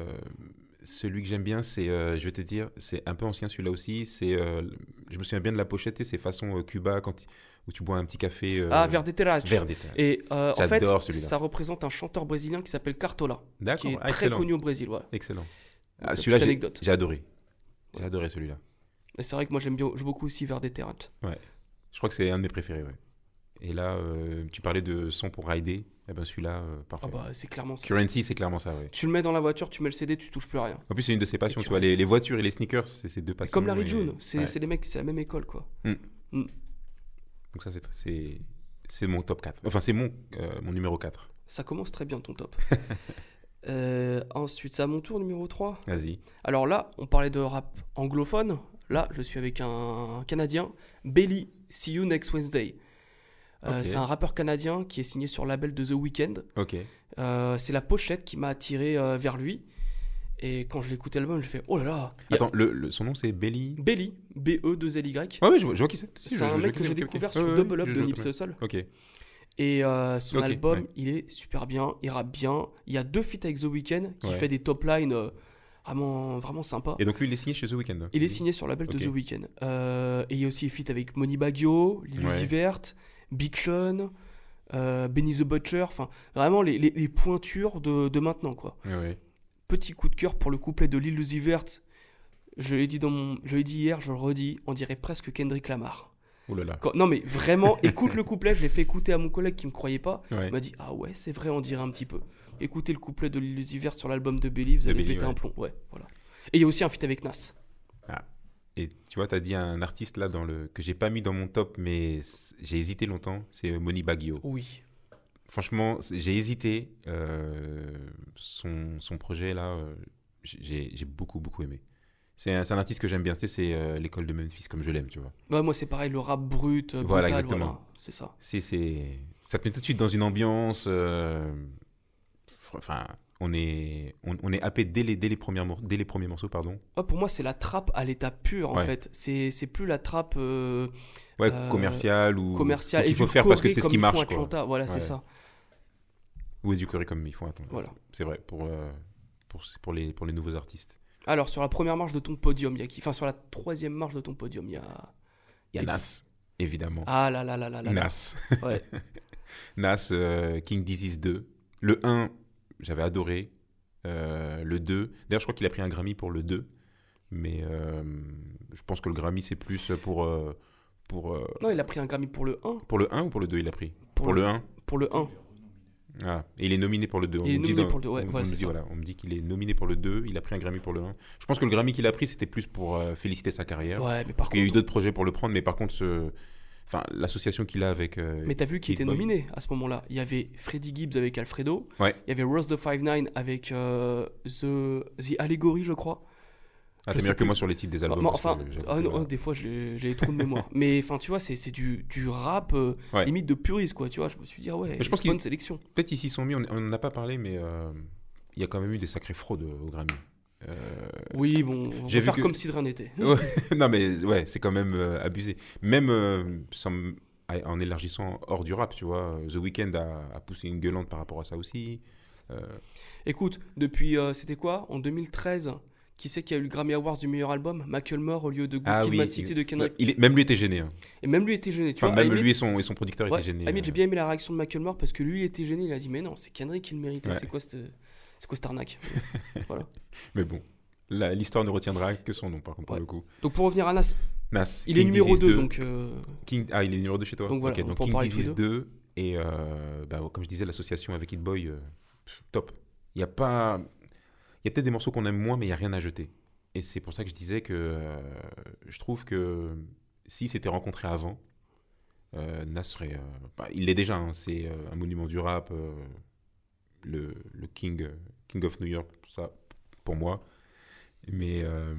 Celui que j'aime bien, c'est, euh, je vais te dire, c'est un peu ancien celui-là aussi. C'est, euh, je me souviens bien de la pochette, c'est façon euh, Cuba, quand, où tu bois un petit café. Euh, ah, Verde Terrace. Verde Terrace. Et euh, en fait, celui-là. ça représente un chanteur brésilien qui s'appelle Cartola. D'accord. Qui est ah, très excellent. connu au Brésil. Ouais. Excellent. Ah, celui-là, j'ai, j'ai adoré. J'ai adoré celui-là. Et c'est vrai que moi j'aime bien, beaucoup aussi Verde Terrace. Ouais. Je crois que c'est un de mes préférés, ouais. Et là, euh, tu parlais de son pour rider. Eh ben celui-là, euh, parfait. Ah bah, c'est clairement ça. Currency, c'est clairement ça, ouais. Tu le mets dans la voiture, tu mets le C D, tu touches plus à rien. En plus, c'est une de ses passions, tu, tu vois. Les, les voitures et les sneakers, c'est ses deux passions. Et comme Larry June, et... c'est, ouais. c'est les mecs, c'est la même école, quoi. Mm. Mm. Donc ça, c'est, c'est, c'est mon top quatre. Enfin, c'est mon, euh, mon numéro quatre. Ça commence très bien, ton top. euh, ensuite, c'est à mon tour, numéro trois. Vas-y. Alors là, on parlait de rap anglophone. Là, je suis avec un Canadien, Belly, See You Next Wednesday. Euh, okay. C'est un rappeur canadien qui est signé sur le label de The Weeknd. Okay. Euh, c'est la pochette qui m'a attiré euh, vers lui. Et quand je l'écoutais l'album, je fais oh là là. Attends, a... le, le, son nom c'est Belly Belly, B E deux L Y. Ouais, ouais, je vois, je vois qui c'est. C'est je, un je, mec je, que j'ai okay, découvert okay. sur ouais, Double Up ouais, de Nipsey Hussle. Ok. Et euh, son okay, album, ouais. il est super bien, il rappe bien. Il y a deux feats avec The Weeknd qui ouais. fait des top lines. Euh, Vraiment, vraiment sympa. Et donc lui, il est signé chez The Weeknd. Il est signé sur le label okay. de The Weeknd. Euh, et il y a aussi les feats avec Money Bagio, Lil Uzi Vert, Big Sean, euh, Benny the Butcher, enfin vraiment les, les, les pointures de, de maintenant quoi. Ouais, ouais. Petit coup de cœur pour le couplet de Lil Uzi Vert. Je l'ai dit dans mon, je l'ai dit hier, je le redis, on dirait presque Kendrick Lamar. Oh là là. Quand, non mais vraiment, écoute le couplet, je l'ai fait écouter à mon collègue qui me croyait pas. Ouais. Il m'a dit ah ouais c'est vrai, on dirait un petit peu. Écoutez le couplet de Lil Uzi Vert sur l'album de Belly, vous allez Belly, péter ouais. un plomb. Ouais, voilà. Et il y a aussi un feat avec Nas. Ah. Et tu vois, tu as dit un artiste là dans le... que j'ai pas mis dans mon top, mais j'ai hésité longtemps, c'est Moni Baggio. Oui. Franchement, j'ai hésité. Euh, son, son projet là, euh, j'ai, j'ai beaucoup, beaucoup aimé. C'est un, c'est un artiste que j'aime bien. Tu sais, c'est euh, l'école de Memphis, comme je l'aime, tu vois. Ouais, moi c'est pareil, le rap brut, brutal, Voilà, exactement. voilà, c'est ça. C'est, c'est... Ça te met tout de suite dans une ambiance. euh, Enfin, on est, on, on est happé dès les, dès, les premières, mor- dès les premiers morceaux, pardon. Ouais, pour moi c'est la trappe à l'état pur en Ouais. fait. C'est, c'est plus la trappe euh, Ouais, Euh, commercial ou. commerciale. ou qu'il Et faut du faire parce que choré c'est ce comme qui ils font marche, à quoi. Atlanta, voilà, Ouais. c'est ça. Ou éduquer comme ils font. Attends, Voilà. c'est vrai pour, euh, pour, pour, les, pour les nouveaux artistes. Alors sur la première marche de ton podium, il y a qui? Enfin sur la troisième marche de ton podium, il y a. Il y a Et qui- Nas, évidemment. Ah là là là là là. là. Nas. Ouais. Nas, euh, King Disease deux. Le un, j'avais adoré. Euh, le deux, d'ailleurs, je crois qu'il a pris un Grammy pour le deux. Mais euh, je pense que le Grammy, c'est plus pour. Euh, pour, euh, Non, il a pris un Grammy pour le un. pour le un ou pour le deux, il a pris Pour, Pour le, le un. Pour le un. Ah, et il est nominé pour le deux. Il est me dit nominé dans- pour le deux, ouais, on, voilà, on me c'est dit, ça. voilà, on me dit qu'il est nominé pour le deux, il a pris un Grammy pour le un. Je pense que le Grammy qu'il a pris, c'était plus pour euh, féliciter sa carrière. Ouais, mais par Il y a eu contre. d'autres projets pour le prendre, mais par contre, ce... enfin, l'association qu'il a avec. euh, Mais t'as vu qui Kid était Boy. nominé à ce moment-là? Il y avait Freddie Gibbs avec Alfredo. Ouais. Il y avait Ross the five nine avec euh, The, The Allegory, je crois. Ah, Je t'es sais meilleur que plus. moi sur les titres des albums. Moi, parce enfin, que j'avoue ah que non, là- oh, des fois j'ai j'ai trop de mémoire. Mais enfin, tu vois, c'est c'est du, du rap euh, Ouais. limite de puriste, quoi. Tu vois, je me suis dit, ah ouais, Mais je pense bonne qu'il- sélection. Peut-être ils s'y sont mis, on n'en a pas parlé, mais euh, il y a quand même eu des sacrées fraudes au Grammy. Euh, Oui, bon, on J'ai va vu faire que- comme si de rien n'était. ouais, non, mais ouais, c'est quand même euh, abusé. Même euh, sans- en élargissant hors du rap, tu vois. The Weeknd a, a poussé une gueulante par rapport à ça aussi. Euh, Écoute, depuis, euh, c'était quoi? En deux mille treize, qui c'est qui a eu le Grammy Awards du meilleur album? Macklemore au lieu de Good ah Kid, oui, Mad City de Kendrick. il est- même lui était gêné. Hein. Et même lui était gêné, tu Enfin, vois. même à la lui et limite- son, et son producteur Ouais, étaient gênés. à la limite, euh. j'ai bien aimé la réaction de Macklemore parce que lui il était gêné, il a dit mais non, c'est Kendrick qui le méritait, Ouais. c'est quoi cette, c'est quoi cette arnaque? Voilà. Mais bon, la- l'histoire ne retiendra que son nom, par contre, pour Ouais. le coup. Donc pour revenir à Nas, Nas, il King est numéro Disease deux, donc euh, King... Ah, il est numéro deux chez toi. Donc voilà, Ok, on donc peut en King parler tous Disease les deux. Et euh, bah, comme je disais, l'association avec Hit Boy, euh, pff, top. Il y a pas... Il y a peut-être des morceaux qu'on aime moins, mais il n'y a rien à jeter. Et c'est pour ça que je disais que euh, je trouve que s'ils s'étaient rencontrés avant, euh, Nas serait... euh, bah, il l'est déjà, hein, c'est euh, un monument du rap, euh, le, le King, euh, King of New York, ça, pour moi. Mais... euh,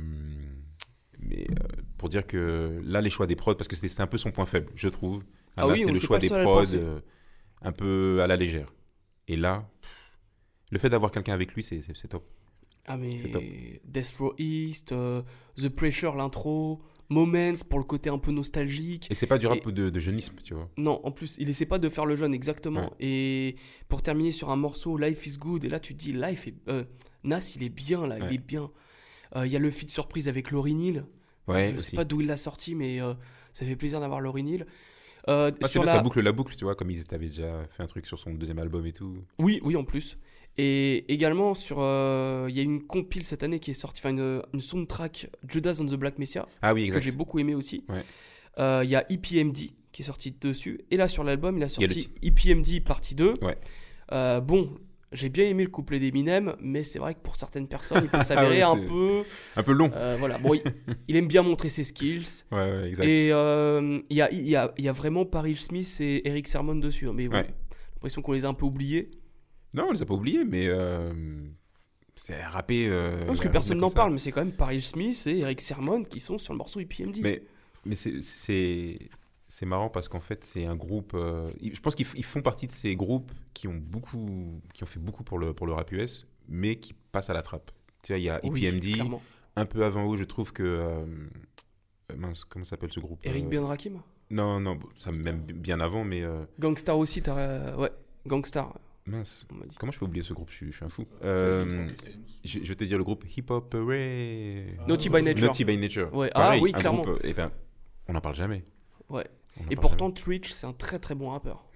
mais euh, pour dire que là, les choix des prods, parce que c'était, c'était un peu son point faible, je trouve. Ah là, oui, c'est on le était choix pas des seul à le prods penser. euh, un peu à la légère. Et là, pff, le fait d'avoir quelqu'un avec lui, c'est, c'est, c'est top. ah C'est top. mais Death Row East, euh, The Pressure, l'intro, Moments pour le côté un peu nostalgique. Et c'est pas du rap Et- de, de jeunisme, tu vois. Non, en plus, il essaie pas de faire le jeune exactement. Ouais. Et pour terminer sur un morceau, Life is Good, et là tu te dis, Life est, euh, Nas il est bien là, Ouais. il est bien. Euh, Il y a le feat surprise avec Lauryn Hill. Ouais, Je aussi. sais pas d'où il l'a sorti, mais euh, ça fait plaisir d'avoir Lauryn Hill. Euh, Ah, c'est sur bien, la... ça boucle la boucle, tu vois, comme ils avaient déjà fait un truc sur son deuxième album et tout. Oui, oui, en plus. Et également, sur, euh, il y a une compile cette année qui est sortie, enfin une, une soundtrack Judas and the Black Messiah, Ah oui, que exact. j'ai beaucoup aimé aussi. Ouais. Euh, Il y a E P M D qui est sorti dessus. Et là, sur l'album, il a Il y a le sorti E P M D partie deux. Ouais. Euh, bon, j'ai bien aimé le couplet d'Eminem, mais c'est vrai que pour certaines personnes, il peut s'avérer ouais, un c'est- peu... Un peu long. euh, voilà, bon, il, il aime bien montrer ses skills. Ouais, ouais, exact. Et euh, il y, a, il y, a, il y a vraiment Paris Smith et Eric Sermon dessus. hein, Mais bon, Ouais. j'ai l'impression qu'on les a un peu oubliés. Non, on les a pas oubliés, mais euh, c'est rappé. euh, Non, parce que là, personne comme n'en ça. parle, mais c'est quand même Paris Smith et Eric Sermon qui sont sur le morceau E P M D. Mais, mais c'est, c'est, c'est marrant parce qu'en fait, c'est un groupe. euh, ils- je pense qu'ils f- ils font partie de ces groupes qui ont, beaucoup, qui ont fait beaucoup pour le, pour le rap U S, mais qui passent à la trappe. Tu vois, il y a Oui, E P M D. clairement. Un peu avant eux, je trouve que. euh, mince, comment s'appelle ce groupe Eric euh, Ben Rakim. Non, non, ça même bien avant, mais. euh, Gangstar aussi, t'as... euh, ouais, Gangstar, mince. on m'a dit. Comment je peux oublier ce groupe? Je suis, je suis un fou. Euh, je, je vais te dire le groupe Hip Hop Hooray. Naughty by Nature. Naughty by Nature. Ouais, ah Pareil, oui, un clairement. groupe, euh, eh ben, on n'en parle jamais. Ouais. On en Et parle pourtant, Twitch, c'est un très très bon rappeur. jamais.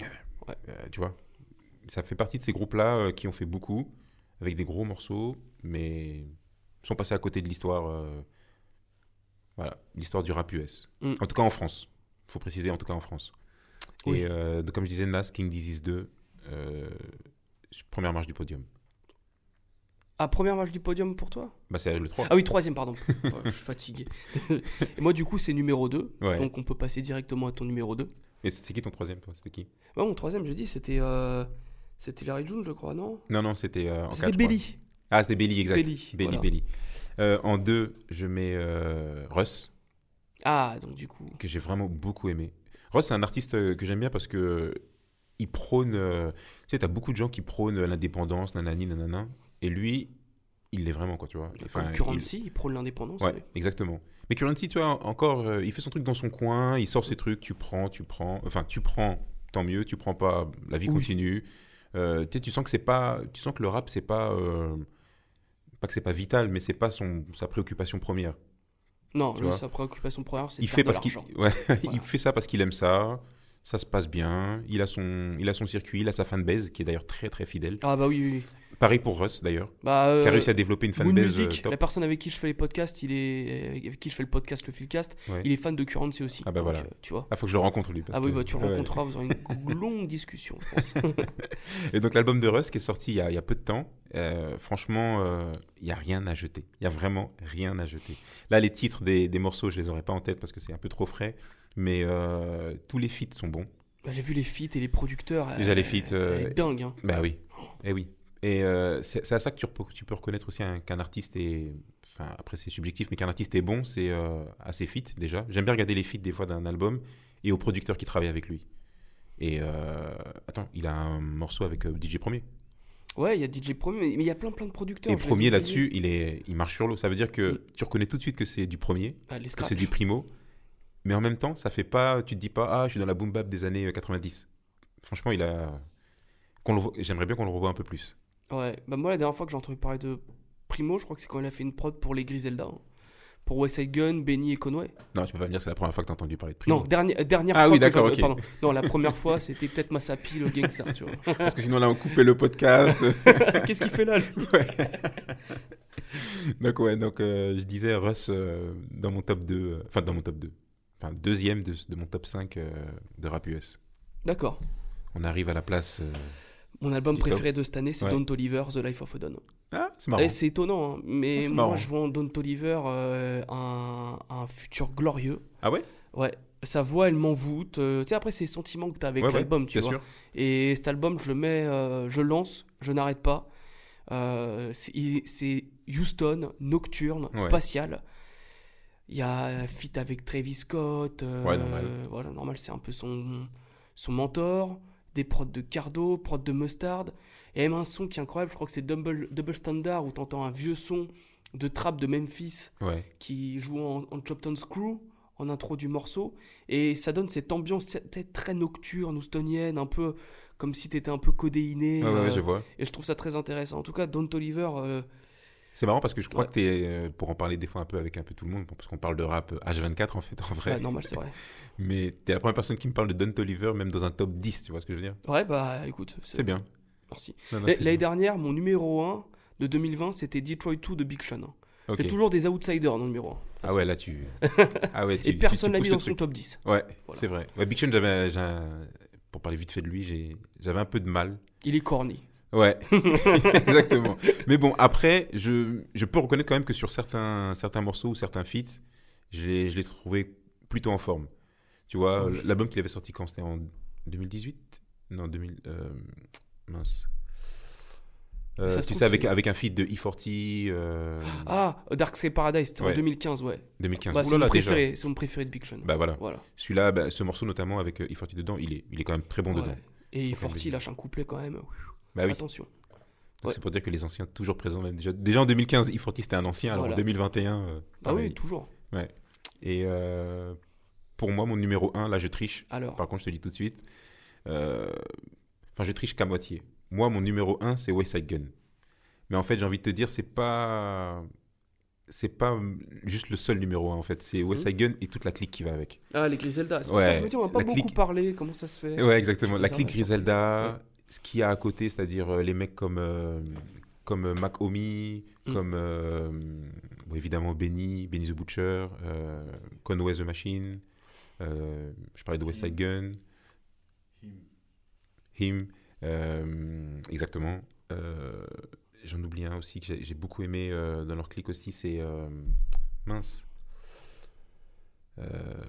Ouais. Euh, tu vois, ça fait partie de ces groupes-là euh, qui ont fait beaucoup, avec des gros morceaux, mais sont passés à côté de l'histoire, euh, voilà, l'histoire du rap U S. Mm. En tout cas en France. Il faut préciser, en tout cas en France. Oui. Et euh, comme je disais, Nas, King Disease deux, euh, première marche du podium. Ah, première marche du podium pour toi? Bah, c'est le trois. Ah oui, troisième, pardon. Ouais, je suis fatigué. Et moi, du coup, c'est numéro deux. Ouais. Donc, on peut passer directement à ton numéro deux. Et c'était qui ton troisième, toi? C'était qui? Ouais, mon troisième, j'ai dit, c'était euh, c'était Larry June, je crois, non? Non, non, c'était euh, en C'était quatre, Belly. Ah, c'était Belly, exact. Belly, Belly, voilà. Belly. Euh, en deux, je mets euh, Russ, Ah, donc du coup. que j'ai vraiment beaucoup aimé. Russ, c'est un artiste euh, que j'aime bien parce que euh, il prône. euh, tu sais, t'as beaucoup de gens qui prônent l'indépendance, nanani, nanana. Et lui, il l'est vraiment, quoi, tu vois. Enfin, Comme Currency, il... il prône l'indépendance. Ouais, oui. exactement. Mais Currency, tu vois, encore, euh, il fait son truc dans son coin, il sort ses trucs, tu prends, tu prends. Enfin, tu prends, tant mieux, tu prends pas, la vie Oui. continue. Euh, tu sais, tu sens que c'est pas. Tu sens que le rap, c'est pas. euh, pas que c'est pas vital, mais c'est pas son, sa préoccupation première. Non, Tu lui, vois. sa préoccupation première, c'est de Il faire fait de parce qu'il, l'argent. ouais, il Voilà. fait ça parce qu'il aime ça. Ça se passe bien. Il a son, il a son circuit, il a sa fanbase qui est d'ailleurs très très fidèle. Ah bah oui, oui, oui. Pareil pour Russ d'ailleurs, Bah, euh, qui a réussi à développer une Moon fanbase euh, Music, top. la personne avec qui je fais les podcasts, il est avec qui je fais le podcast, le Philcast, Ouais. il est fan de Currency aussi. Ah bah Donc, voilà. euh, tu vois. Ah, faut que je le rencontre lui. Parce Ah oui, que- bah tu le ouais. rencontreras, vous aurez une longue discussion, je pense. Et donc l'album de Russ qui est sorti il y a, il y a peu de temps, euh, franchement, euh, il y a rien à jeter. Il y a vraiment rien à jeter. Là, les titres des, des morceaux, je les aurais pas en tête parce que c'est un peu trop frais, mais euh, tous les feats sont bons. Bah, j'ai vu les feats et les producteurs. Déjà, euh, les feats, euh, elle est dingue, hein. Bah oui, et oui. Et euh, c'est c'est à ça que tu, repos- tu peux reconnaître aussi un- qu'un artiste est. Enfin, après, c'est subjectif, mais qu'un artiste est bon, c'est euh, à ses feats déjà. J'aime bien regarder les feats des fois d'un album et aux producteurs qui travaillent avec lui. Et euh, attends, il a un morceau avec euh, D J Premier. Ouais, il y a D J Premier, mais il y a plein plein de producteurs. Et je les ai Premier oubliés. là-dessus, il, est, il marche sur l'eau. Ça veut dire que Mm. tu reconnais tout de suite que c'est du Premier, Ah, les que scratchs. c'est du Primo. Mais en même temps, ça fait pas. Tu te dis pas, ah, je suis dans la boom bap des années euh, quatre-vingt-dix. Franchement, il a. qu'on le voit- J'aimerais bien qu'on le revoie un peu plus. Ouais, bah moi la dernière fois que j'ai entendu parler de Primo, je crois que c'est quand il a fait une prod pour les Griselda. hein. Pour West Side Gun, Benny et Conway. Non, tu peux pas me dire que c'est la première fois que tu as entendu parler de Primo. Non, dernière, euh, dernière Ah fois oui, que d'accord, j'ai- ok. pardon. Non, la première fois, c'était peut-être Massapi, le gangster, tu vois. Parce que sinon, là, on coupait le podcast. Qu'est-ce qu'il fait là, lui donc, ouais, donc euh, je disais Russ euh, dans mon top deux. euh, Enfin, dans mon top deux. Enfin, deuxième de, de mon top cinq euh, de rap U S. D'accord. On arrive à la place. euh, Mon album Du préféré de cette année, c'est Ouais. Don Toliver, The Life of a Don. Ah, c'est marrant. Et c'est étonnant, hein, mais Ah, c'est moi marrant. je vois en Don Toliver euh, un, un futur glorieux. Ah ouais. Ouais, sa voix elle m'envoûte. euh, tu sais, après, c'est les sentiments que tu as avec Ouais, ouais, l'album, tu bien vois. sûr. Et cet album, je le mets, euh, je lance, je n'arrête pas. Euh, c'est il- c'est Houston, nocturne, Ouais. spatial. Il y a un feat avec Travis Scott. euh, Ouais, normal. Voilà, normal, c'est un peu son, son mentor. Des prods de Cardo, prods de Mustard. Et même un son qui est incroyable, je crois que c'est Double, Double Standard, où tu entends un vieux son de trap de Memphis Ouais. qui joue en, en Chopton Screw en intro du morceau, et ça donne cette ambiance t- très nocturne, houstonienne, un peu comme si t'étais un peu codéiné. Ouais, ouais, ouais, euh, je vois. et je trouve ça très intéressant. En tout cas, Don Toliver, euh, C'est marrant parce que je crois Ouais. que t'es, euh, pour en parler des fois un peu avec un peu tout le monde, parce qu'on parle de rap H vingt-quatre en fait, en vrai. ouais, normal, c'est vrai. Mais t'es la première personne qui me parle de Don Toliver, même dans un top dix, tu vois ce que je veux dire? Ouais, bah écoute, C'est bien. merci. Non, non, L- c'est L'année bien. dernière, mon numéro un de deux mille vingt, c'était Detroit deux de Big Sean. Ok. J'ai toujours des outsiders dans le numéro un. Ah ouais, là tu. Ah ouais, tu Et tu- personne tu l'a pousses mis le dans son truc. top dix. Ouais, Voilà. c'est vrai. Ouais, Big Sean, j'avais, j'ai un- pour parler vite fait de lui, j'ai- j'avais un peu de mal. Il est corny. Ouais, exactement. Mais bon, après, je, je peux reconnaître quand même que sur certains, certains morceaux ou certains feats, je l'ai, je l'ai trouvé plutôt en forme. Tu vois, Oui. l'album qu'il avait sorti quand? C'était en deux mille dix-huit? Non, deux mille... euh, mince. Euh, Ça se tu trouve, sais, avec, c'est- avec un feat de E quarante... Euh, Ah, Dark Sky Paradise, c'était en Ouais. deux mille quinze, ouais. deux mille quinze. Bah, Ouh c'est là mon là, déjà. préféré, c'est mon préféré de Big Sean. Bah voilà. Voilà. Celui-là, bah, ce morceau notamment avec euh, E quarante dedans, il est, il est quand même très bon Ouais. dedans. Et Faut faire Forty des- lâche un couplet quand même. Bah oui. Attention. Donc Ouais. c'est pour dire que les anciens toujours présents même déjà. Déjà en deux mille quinze, E quarante c'était un ancien, alors Voilà. en deux mille vingt et un, euh, Ah pareil. oui, toujours. Et euh, pour moi, mon numéro un, là je triche. Alors, Par contre, je te le dis tout de suite. euh, Enfin, je triche qu'à moitié. Moi, mon numéro un, c'est West Side Gun. Mais en fait, j'ai envie de te dire, c'est pas. c'est pas juste le seul numéro un en fait, c'est West Side Gun et toute la clique qui va avec. Ah, les Griselda, c'est ouais, pour ça que je me dis, on n'a pas beaucoup clique... parlé, comment ça se fait. Ouais, exactement, la clique Griselda, ouais. Ce qu'il y a à côté, c'est-à-dire euh, les mecs comme, euh, comme euh, Mac Homie, mm. comme euh, bon, évidemment Benny, Benny the Butcher, euh, Conway the Machine, euh, je parlais de West Side Gun, Him, Him euh, exactement. Euh, J'en oublie un aussi que j'ai, j'ai beaucoup aimé euh, dans leur clique aussi, c'est euh, mince. Euh,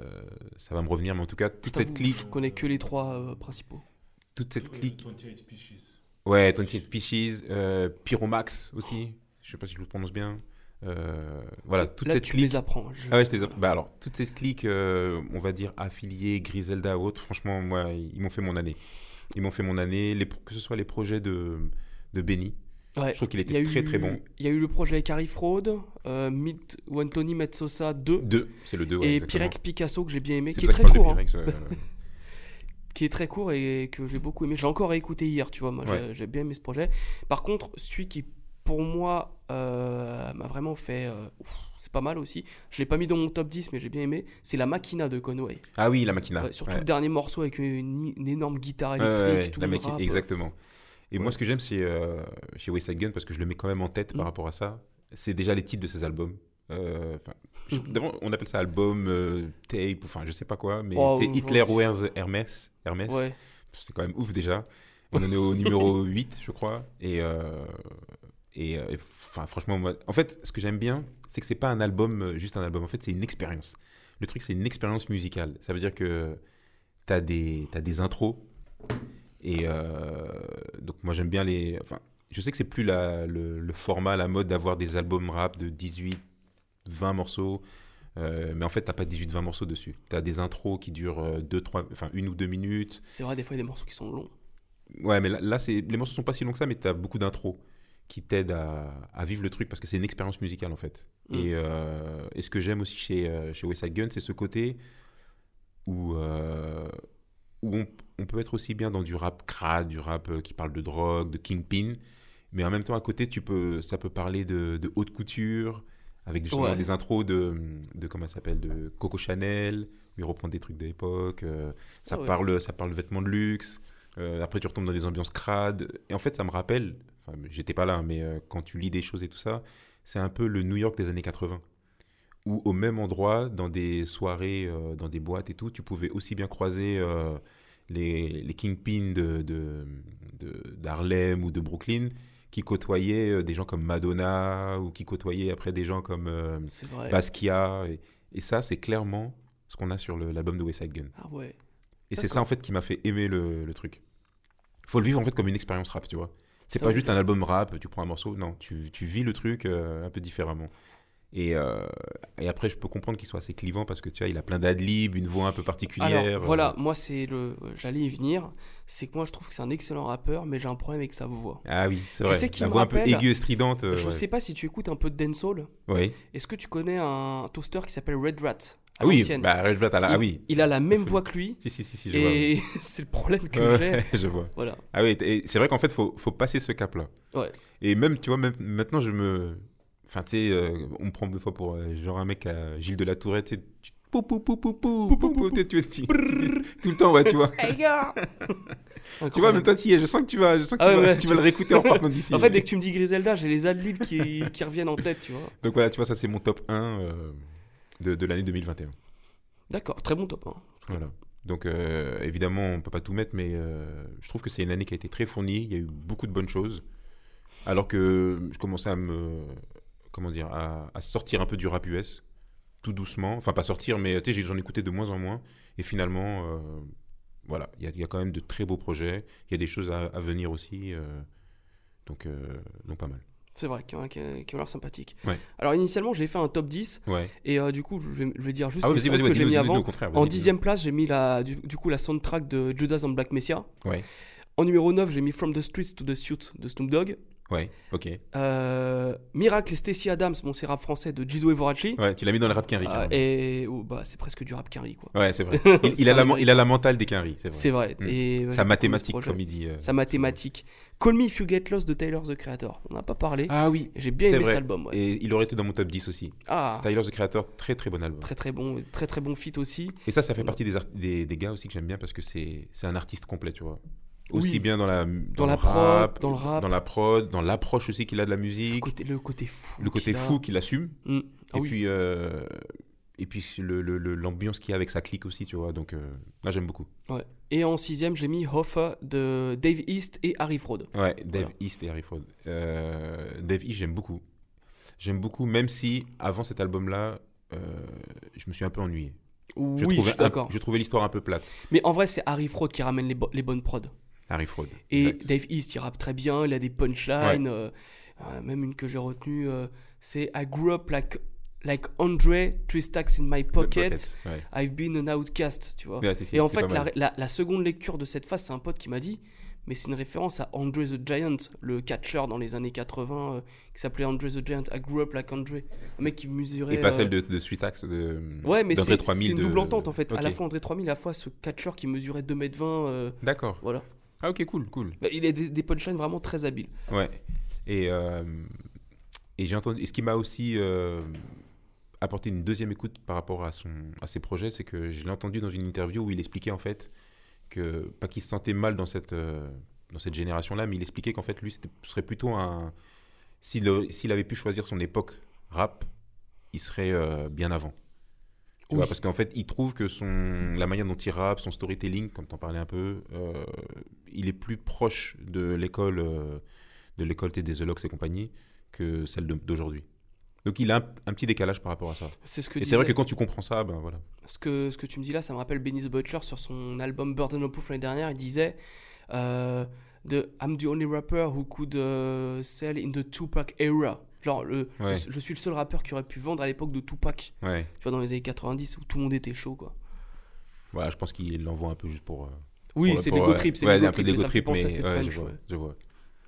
ça va me revenir, mais en tout cas, toute cette clique. Je connais que les trois euh, principaux. Toute cette clique. vingt-huit Species. Ouais, vingt-huit Species, euh, Pyromax aussi. Je sais pas si je le prononce bien. Euh, voilà, toute Là, cette tu clique. les apprends. Je... Ah ouais, je les apprends. Bah alors, toute cette clique, euh, on va dire affiliée, Griselda ou autre. Franchement, moi, ils m'ont fait mon année. Ils m'ont fait mon année. Les, que ce soit les projets de de Benny. Ouais. Je trouve qu'il était très eu, très bon. Il y a eu le projet Carrie Fraud, euh, Meet Anthony Metsosa deux. deux, c'est le deux, ouais, et exactement. Pyrex Picasso que j'ai bien aimé, c'est qui est très court. Hein. Pyrex, euh... qui est très court et que j'ai beaucoup aimé. J'ai encore écouté hier, tu vois, moi ouais. j'ai, j'ai bien aimé ce projet. Par contre, celui qui pour moi euh, m'a vraiment fait... Euh, ouf, c'est pas mal aussi. Je l'ai pas mis dans mon top dix, mais j'ai bien aimé. C'est La Machina de Conway. Ah oui, La Machina. Ouais, surtout ouais. le dernier morceau avec une, une énorme guitare électrique. Ouais, ouais, tout la le machi- rap. Exactement. Et ouais. moi, ce que j'aime, c'est euh, chez West Side Gun, parce que je le mets quand même en tête mmh. par rapport à ça, c'est déjà les titres de ses albums. Euh, je, mmh. D'abord, on appelle ça album, euh, tape, enfin, je sais pas quoi, mais oh, c'est Hitler Wears Hermès. Hermès. Ouais. C'est quand même ouf déjà. On en est au numéro huit, je crois. Et, euh, et, et enfin, franchement, moi, en fait, ce que j'aime bien, c'est que c'est pas un album, juste un album. En fait, c'est une expérience. Le truc, c'est une expérience musicale. Ça veut dire que t'as des, t'as des intros. Et euh, donc, moi, j'aime bien les... Enfin, je sais que c'est plus la, le, le format, la mode d'avoir des albums rap de dix-huit, vingt morceaux. Euh, mais en fait, t'as pas dix-huit, vingt morceaux dessus. T'as des intros qui durent deux, trois, enfin, une ou deux minutes. C'est vrai, des fois, il y a des morceaux qui sont longs. Ouais, mais là, là c'est... les morceaux sont pas si longs que ça, mais t'as beaucoup d'intros qui t'aident à, à vivre le truc parce que c'est une expérience musicale, en fait. Mm. Et, euh, et ce que j'aime aussi chez, euh, chez West Side Gun, c'est ce côté où... Euh, où on, on peut être aussi bien dans du rap crade, du rap euh, qui parle de drogue, de Kingpin, mais en même temps, à côté, tu peux, ça peut parler de, de haute couture, avec justement ouais. des intros de, de, comment ça s'appelle, de Coco Chanel, où il reprend des trucs de l'époque, euh, ça, oh, parle, ouais. ça parle de vêtements de luxe, euh, après tu retombes dans des ambiances crades, et en fait, ça me rappelle, enfin, j'étais pas là, mais euh, quand tu lis des choses et tout ça, c'est un peu le New York des années quatre-vingts. Où au même endroit, dans des soirées, euh, dans des boîtes et tout, tu pouvais aussi bien croiser euh, les, les kingpins de, de, de, d'Harlem ou de Brooklyn qui côtoyaient euh, des gens comme Madonna ou qui côtoyaient après des gens comme euh, Basquiat. Et, et ça, c'est clairement ce qu'on a sur le, l'album de West Side Gun. Ah ouais. Et D'accord. c'est ça, en fait, qui m'a fait aimer le, le truc. Il faut le vivre, en fait, comme une expérience rap, tu vois. C'est ça, pas juste un album rap, tu prends un morceau. Non, tu, tu vis le truc euh, un peu différemment. Et, euh, et après, je peux comprendre qu'il soit assez clivant parce que tu vois, il a plein d'adlibs, une voix un peu particulière. Alors, voilà, moi, c'est le... j'allais y venir. C'est que moi, je trouve que c'est un excellent rappeur, mais j'ai un problème avec sa voix. Ah oui, c'est tu vrai. Sais qu'il la me voix rappelle... un peu aiguë et stridente. Euh, je ouais. sais pas si tu écoutes un peu de dancehall. Oui. Est-ce que tu connais un toaster qui s'appelle Red Rat à oui, l'ancienne. Bah, Red Rat, à la... il, ah oui. Il a la même voix que lui. si, si, si, si, je et vois. c'est le problème que ouais, j'ai. je vois. Voilà. Ah oui, et c'est vrai qu'en fait, il faut, faut passer ce cap-là. Ouais. Et même, tu vois, même maintenant, je me... Enfin, tu sais, euh, on me prend des fois pour euh, genre un mec à Gilles de la Tourette, tu sais, pou pou pou pou pou pou pou tu tu tout le temps, ouais, tu vois. Hey gars. Tu vois, même toi, tu y es, je sens que tu vas, je sens que ah tu, ouais, vas, ouais, tu, tu vas le réécouter en partant d'ici. En fait, dès que tu me dis Griselda, j'ai les adlibs qui, qui reviennent en tête, tu vois. Donc voilà, tu vois, ça c'est mon top un euh, de, de l'année deux mille vingt et un. D'accord, très bon top un. Voilà. Donc euh, évidemment, on peut pas tout mettre, mais euh, je trouve que c'est une année qui a été très fournie. Il y a eu beaucoup de bonnes choses. Alors que je commençais à me... comment dire, à, à sortir un peu du rap U S, tout doucement. Enfin, pas sortir, mais tu sais, j'en écoutais de moins en moins. Et finalement, euh, voilà, il y, y a quand même de très beaux projets. Il y a des choses à, à venir aussi. Euh, donc, euh, donc, pas mal. C'est vrai, qui, qui, qui ont l'air sympathiques. Ouais. Alors, initialement, j'ai fait un top dix. Ouais. Et euh, du coup, je vais, je vais dire juste ah, les vas-y, cinq vas-y, que j'ai mis avant. vas-y, en dixième place, j'ai mis la, du, du coup la soundtrack de Judas and Black Messiah. Ouais. En numéro neuf, j'ai mis From the Streets to the Suit de Snoop Dogg. Ouais, ok. Euh, Miracle et Stacey Adams, bon, c'est rap français de Jizo et Vorachi. Ouais, tu l'as mis dans le rap Quinry. Euh, et oh, bah, c'est presque du rap Quinry, quoi. Ouais, c'est vrai. Il, il, a, la, il a la mentale des Quinry, c'est vrai. C'est vrai. Mmh. Et, Sa mathématique, comme il dit. Euh, Sa mathématique. Call Me If You Get Lost de Tyler, The Creator. On n'a pas parlé. Ah oui. J'ai bien aimé vrai. cet album. Ouais. Et il aurait été dans mon top dix aussi. Ah. Tyler, The Creator, très très bon album. Très très bon, très très bon feat aussi. Et ça, ça fait partie des, art- des, des gars aussi que j'aime bien parce que c'est, c'est un artiste complet, tu vois. Aussi oui. bien dans la dans, dans le la rap, prod, dans le rap, dans la prod, dans l'approche aussi qu'il a de la musique, le côté, le côté fou, le côté qu'il fou a. qu'il assume, mmh. ah, et oui. puis euh, et puis le, le, le, l'ambiance qu'il y a avec sa clique aussi, tu vois. Donc euh, là, j'aime beaucoup. Ouais. Et en sixième, j'ai mis Hoffa de Dave East et Harry Fraud. Ouais, Dave voilà. East et Harry Fraud. Euh, Dave East, j'aime beaucoup. J'aime beaucoup, même si avant cet album-là, euh, je me suis un peu ennuyé. Oui, je, je suis d'accord. Un, je trouvais l'histoire un peu plate. Mais en vrai, c'est Harry Fraud qui ramène les, bo- les bonnes prods. Harry Fraud. Et exact. Dave East, il rappe très bien, il a des punchlines. Ouais. Euh, euh, même une que j'ai retenue, euh, c'est I grew up like, like Andre, three stacks in my pocket. pocket ouais. I've been an outcast, tu vois. Ouais, c'est, c'est, Et en fait, la, la, la seconde lecture de cette phase, c'est un pote qui m'a dit, mais c'est une référence à Andre the Giant, le catcheur dans les années quatre-vingts, euh, qui s'appelait Andre the Giant. I grew up like Andre. Un mec qui mesurait. Et pas euh... celle de, de Sweet Axe. De, ouais, mais c'est, trois mille c'est une de... double entente en fait. Okay. À la fois André trois mille, à la fois ce catcheur qui mesurait deux mètres vingt. Euh... D'accord. Voilà. Ah, ok, cool, cool. Bah, il a des, des punchlines vraiment très habiles. Ouais. Et, euh, et j'ai entendu. Et ce qui m'a aussi euh, apporté une deuxième écoute par rapport à, son, à ses projets, c'est que je l'ai entendu dans une interview où il expliquait en fait que, pas qu'il se sentait mal dans cette, euh, dans cette génération-là, mais il expliquait qu'en fait, lui, ce serait plutôt un. S'il, s'il avait pu choisir son époque rap, il serait euh, bien avant. Tu oui. vois, parce qu'en fait, il trouve que son, la manière dont il rappe, son storytelling, comme tu en parlais un peu, euh, il est plus proche de l'école, euh, de l'école des The Lox et compagnie que celle de, d'aujourd'hui. Donc il a un, un petit décalage par rapport à ça. C'est ce que et disait, c'est vrai que quand tu comprends ça, ben voilà. Ce que, ce que tu me dis là, ça me rappelle Benny the Butcher sur son album Burden of Proof l'année dernière. Il disait euh, the, I'm the only rapper who could uh, sell in the Tupac era. Genre, le, ouais. le, je suis le seul rappeur qui aurait pu vendre à l'époque de Tupac. Ouais. Tu vois, dans les années quatre-vingt-dix où tout le monde était chaud, quoi. Voilà, je pense qu'il l'envoie un peu juste pour. Euh, oui, pour, c'est pour, l'ego trip. C'est ouais, l'ego un trip, peu l'ego mais trip, mais, mais ouais, punch, je vois. ouais. Je vois.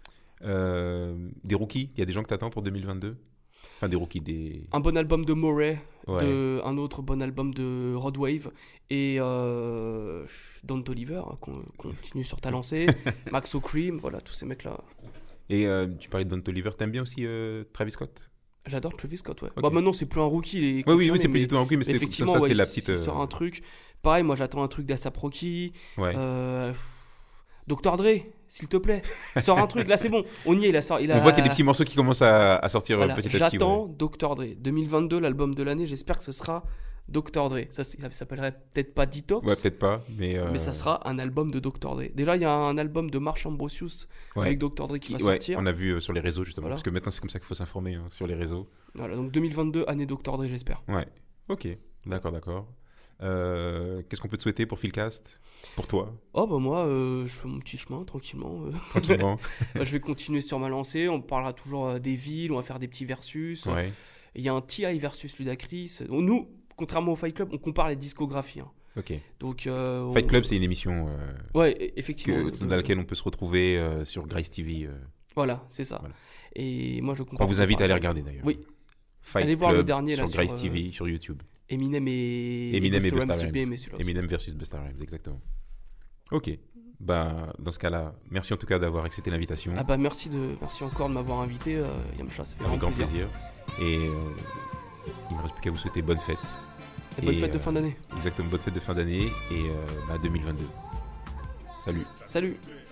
Euh, des rookies, il y a des gens que t'attends pour deux mille vingt-deux. Enfin, des rookies, des. Un bon album de Moray, ouais. de, un autre bon album de Rod Wave et euh, Don Toliver, hein, qu'on continue sur ta lancée, Max O'Cream, voilà, tous ces mecs-là. Et euh, tu parlais de Don Toliver, t'aimes bien aussi euh, Travis Scott? J'adore Travis Scott, ouais. Okay. Bah maintenant c'est plus un rookie, il est ouais, oui, oui, c'est plus du tout un rookie, mais c'est effectivement, comme ça, ouais, c'était la petite. Il euh... sort un truc. Pareil, moi j'attends un truc d'A$AP Rocky. Ouais. Euh, docteur Dre, s'il te plaît, sort un truc. Là c'est bon, on y est. Il a sort, il a... On voit qu'il y a des petits morceaux qui commencent à, à sortir voilà, petit à petit. J'attends ouais. docteur Dre. deux mille vingt-deux, l'album de l'année. J'espère que ce sera docteur Dre. Ça, ça s'appellerait peut-être pas Detox. Ouais, peut-être pas, mais. Euh... Mais ça sera un album de docteur Dre. Déjà, il y a un album de March Ambrosius ouais. avec docteur Dre qui va ouais, sortir. On a vu euh, sur les réseaux justement, voilà. Parce que maintenant c'est comme ça qu'il faut s'informer hein, sur les réseaux. Voilà, donc deux mille vingt-deux, année docteur Dre, j'espère. Ouais. Ok. D'accord, d'accord. Euh, qu'est-ce qu'on peut te souhaiter pour Philcast? Pour toi? Oh bah moi, euh, je fais mon petit chemin tranquillement. Euh. Tranquillement. Je vais continuer sur ma lancée. On parlera toujours euh, des villes. On va faire des petits versus. Ouais. Il y a un T I versus Ludacris. Nous, contrairement au Fight Club, on compare les discographies. Hein. Ok. Donc, euh, Fight on... Club, c'est une émission. Euh, ouais, effectivement. Que, dans laquelle on peut se retrouver euh, sur Grace T V. Euh. Voilà, c'est ça. Voilà. Et moi, je compare. On vous invite à aller regarder d'ailleurs. Oui. Fight Allez Club voir le dernier sur là, Grace sur, T V euh, sur YouTube. Eminem et Eminem et, et Busta Rhymes. Rhymes. Eminem versus Busta Rhymes, exactement. Ok. Bah, dans ce cas-là, merci en tout cas d'avoir accepté l'invitation. Ah bah merci de, merci encore de m'avoir invité, euh, Yamcha, ça fait Avec grand plaisir. plaisir. Et euh, il me reste plus qu'à vous souhaiter bonne fête. Et bonne et, fête de euh, fin d'année. Exactement, bonne fête de fin d'année et euh, bah, deux mille vingt-deux. Salut. Salut.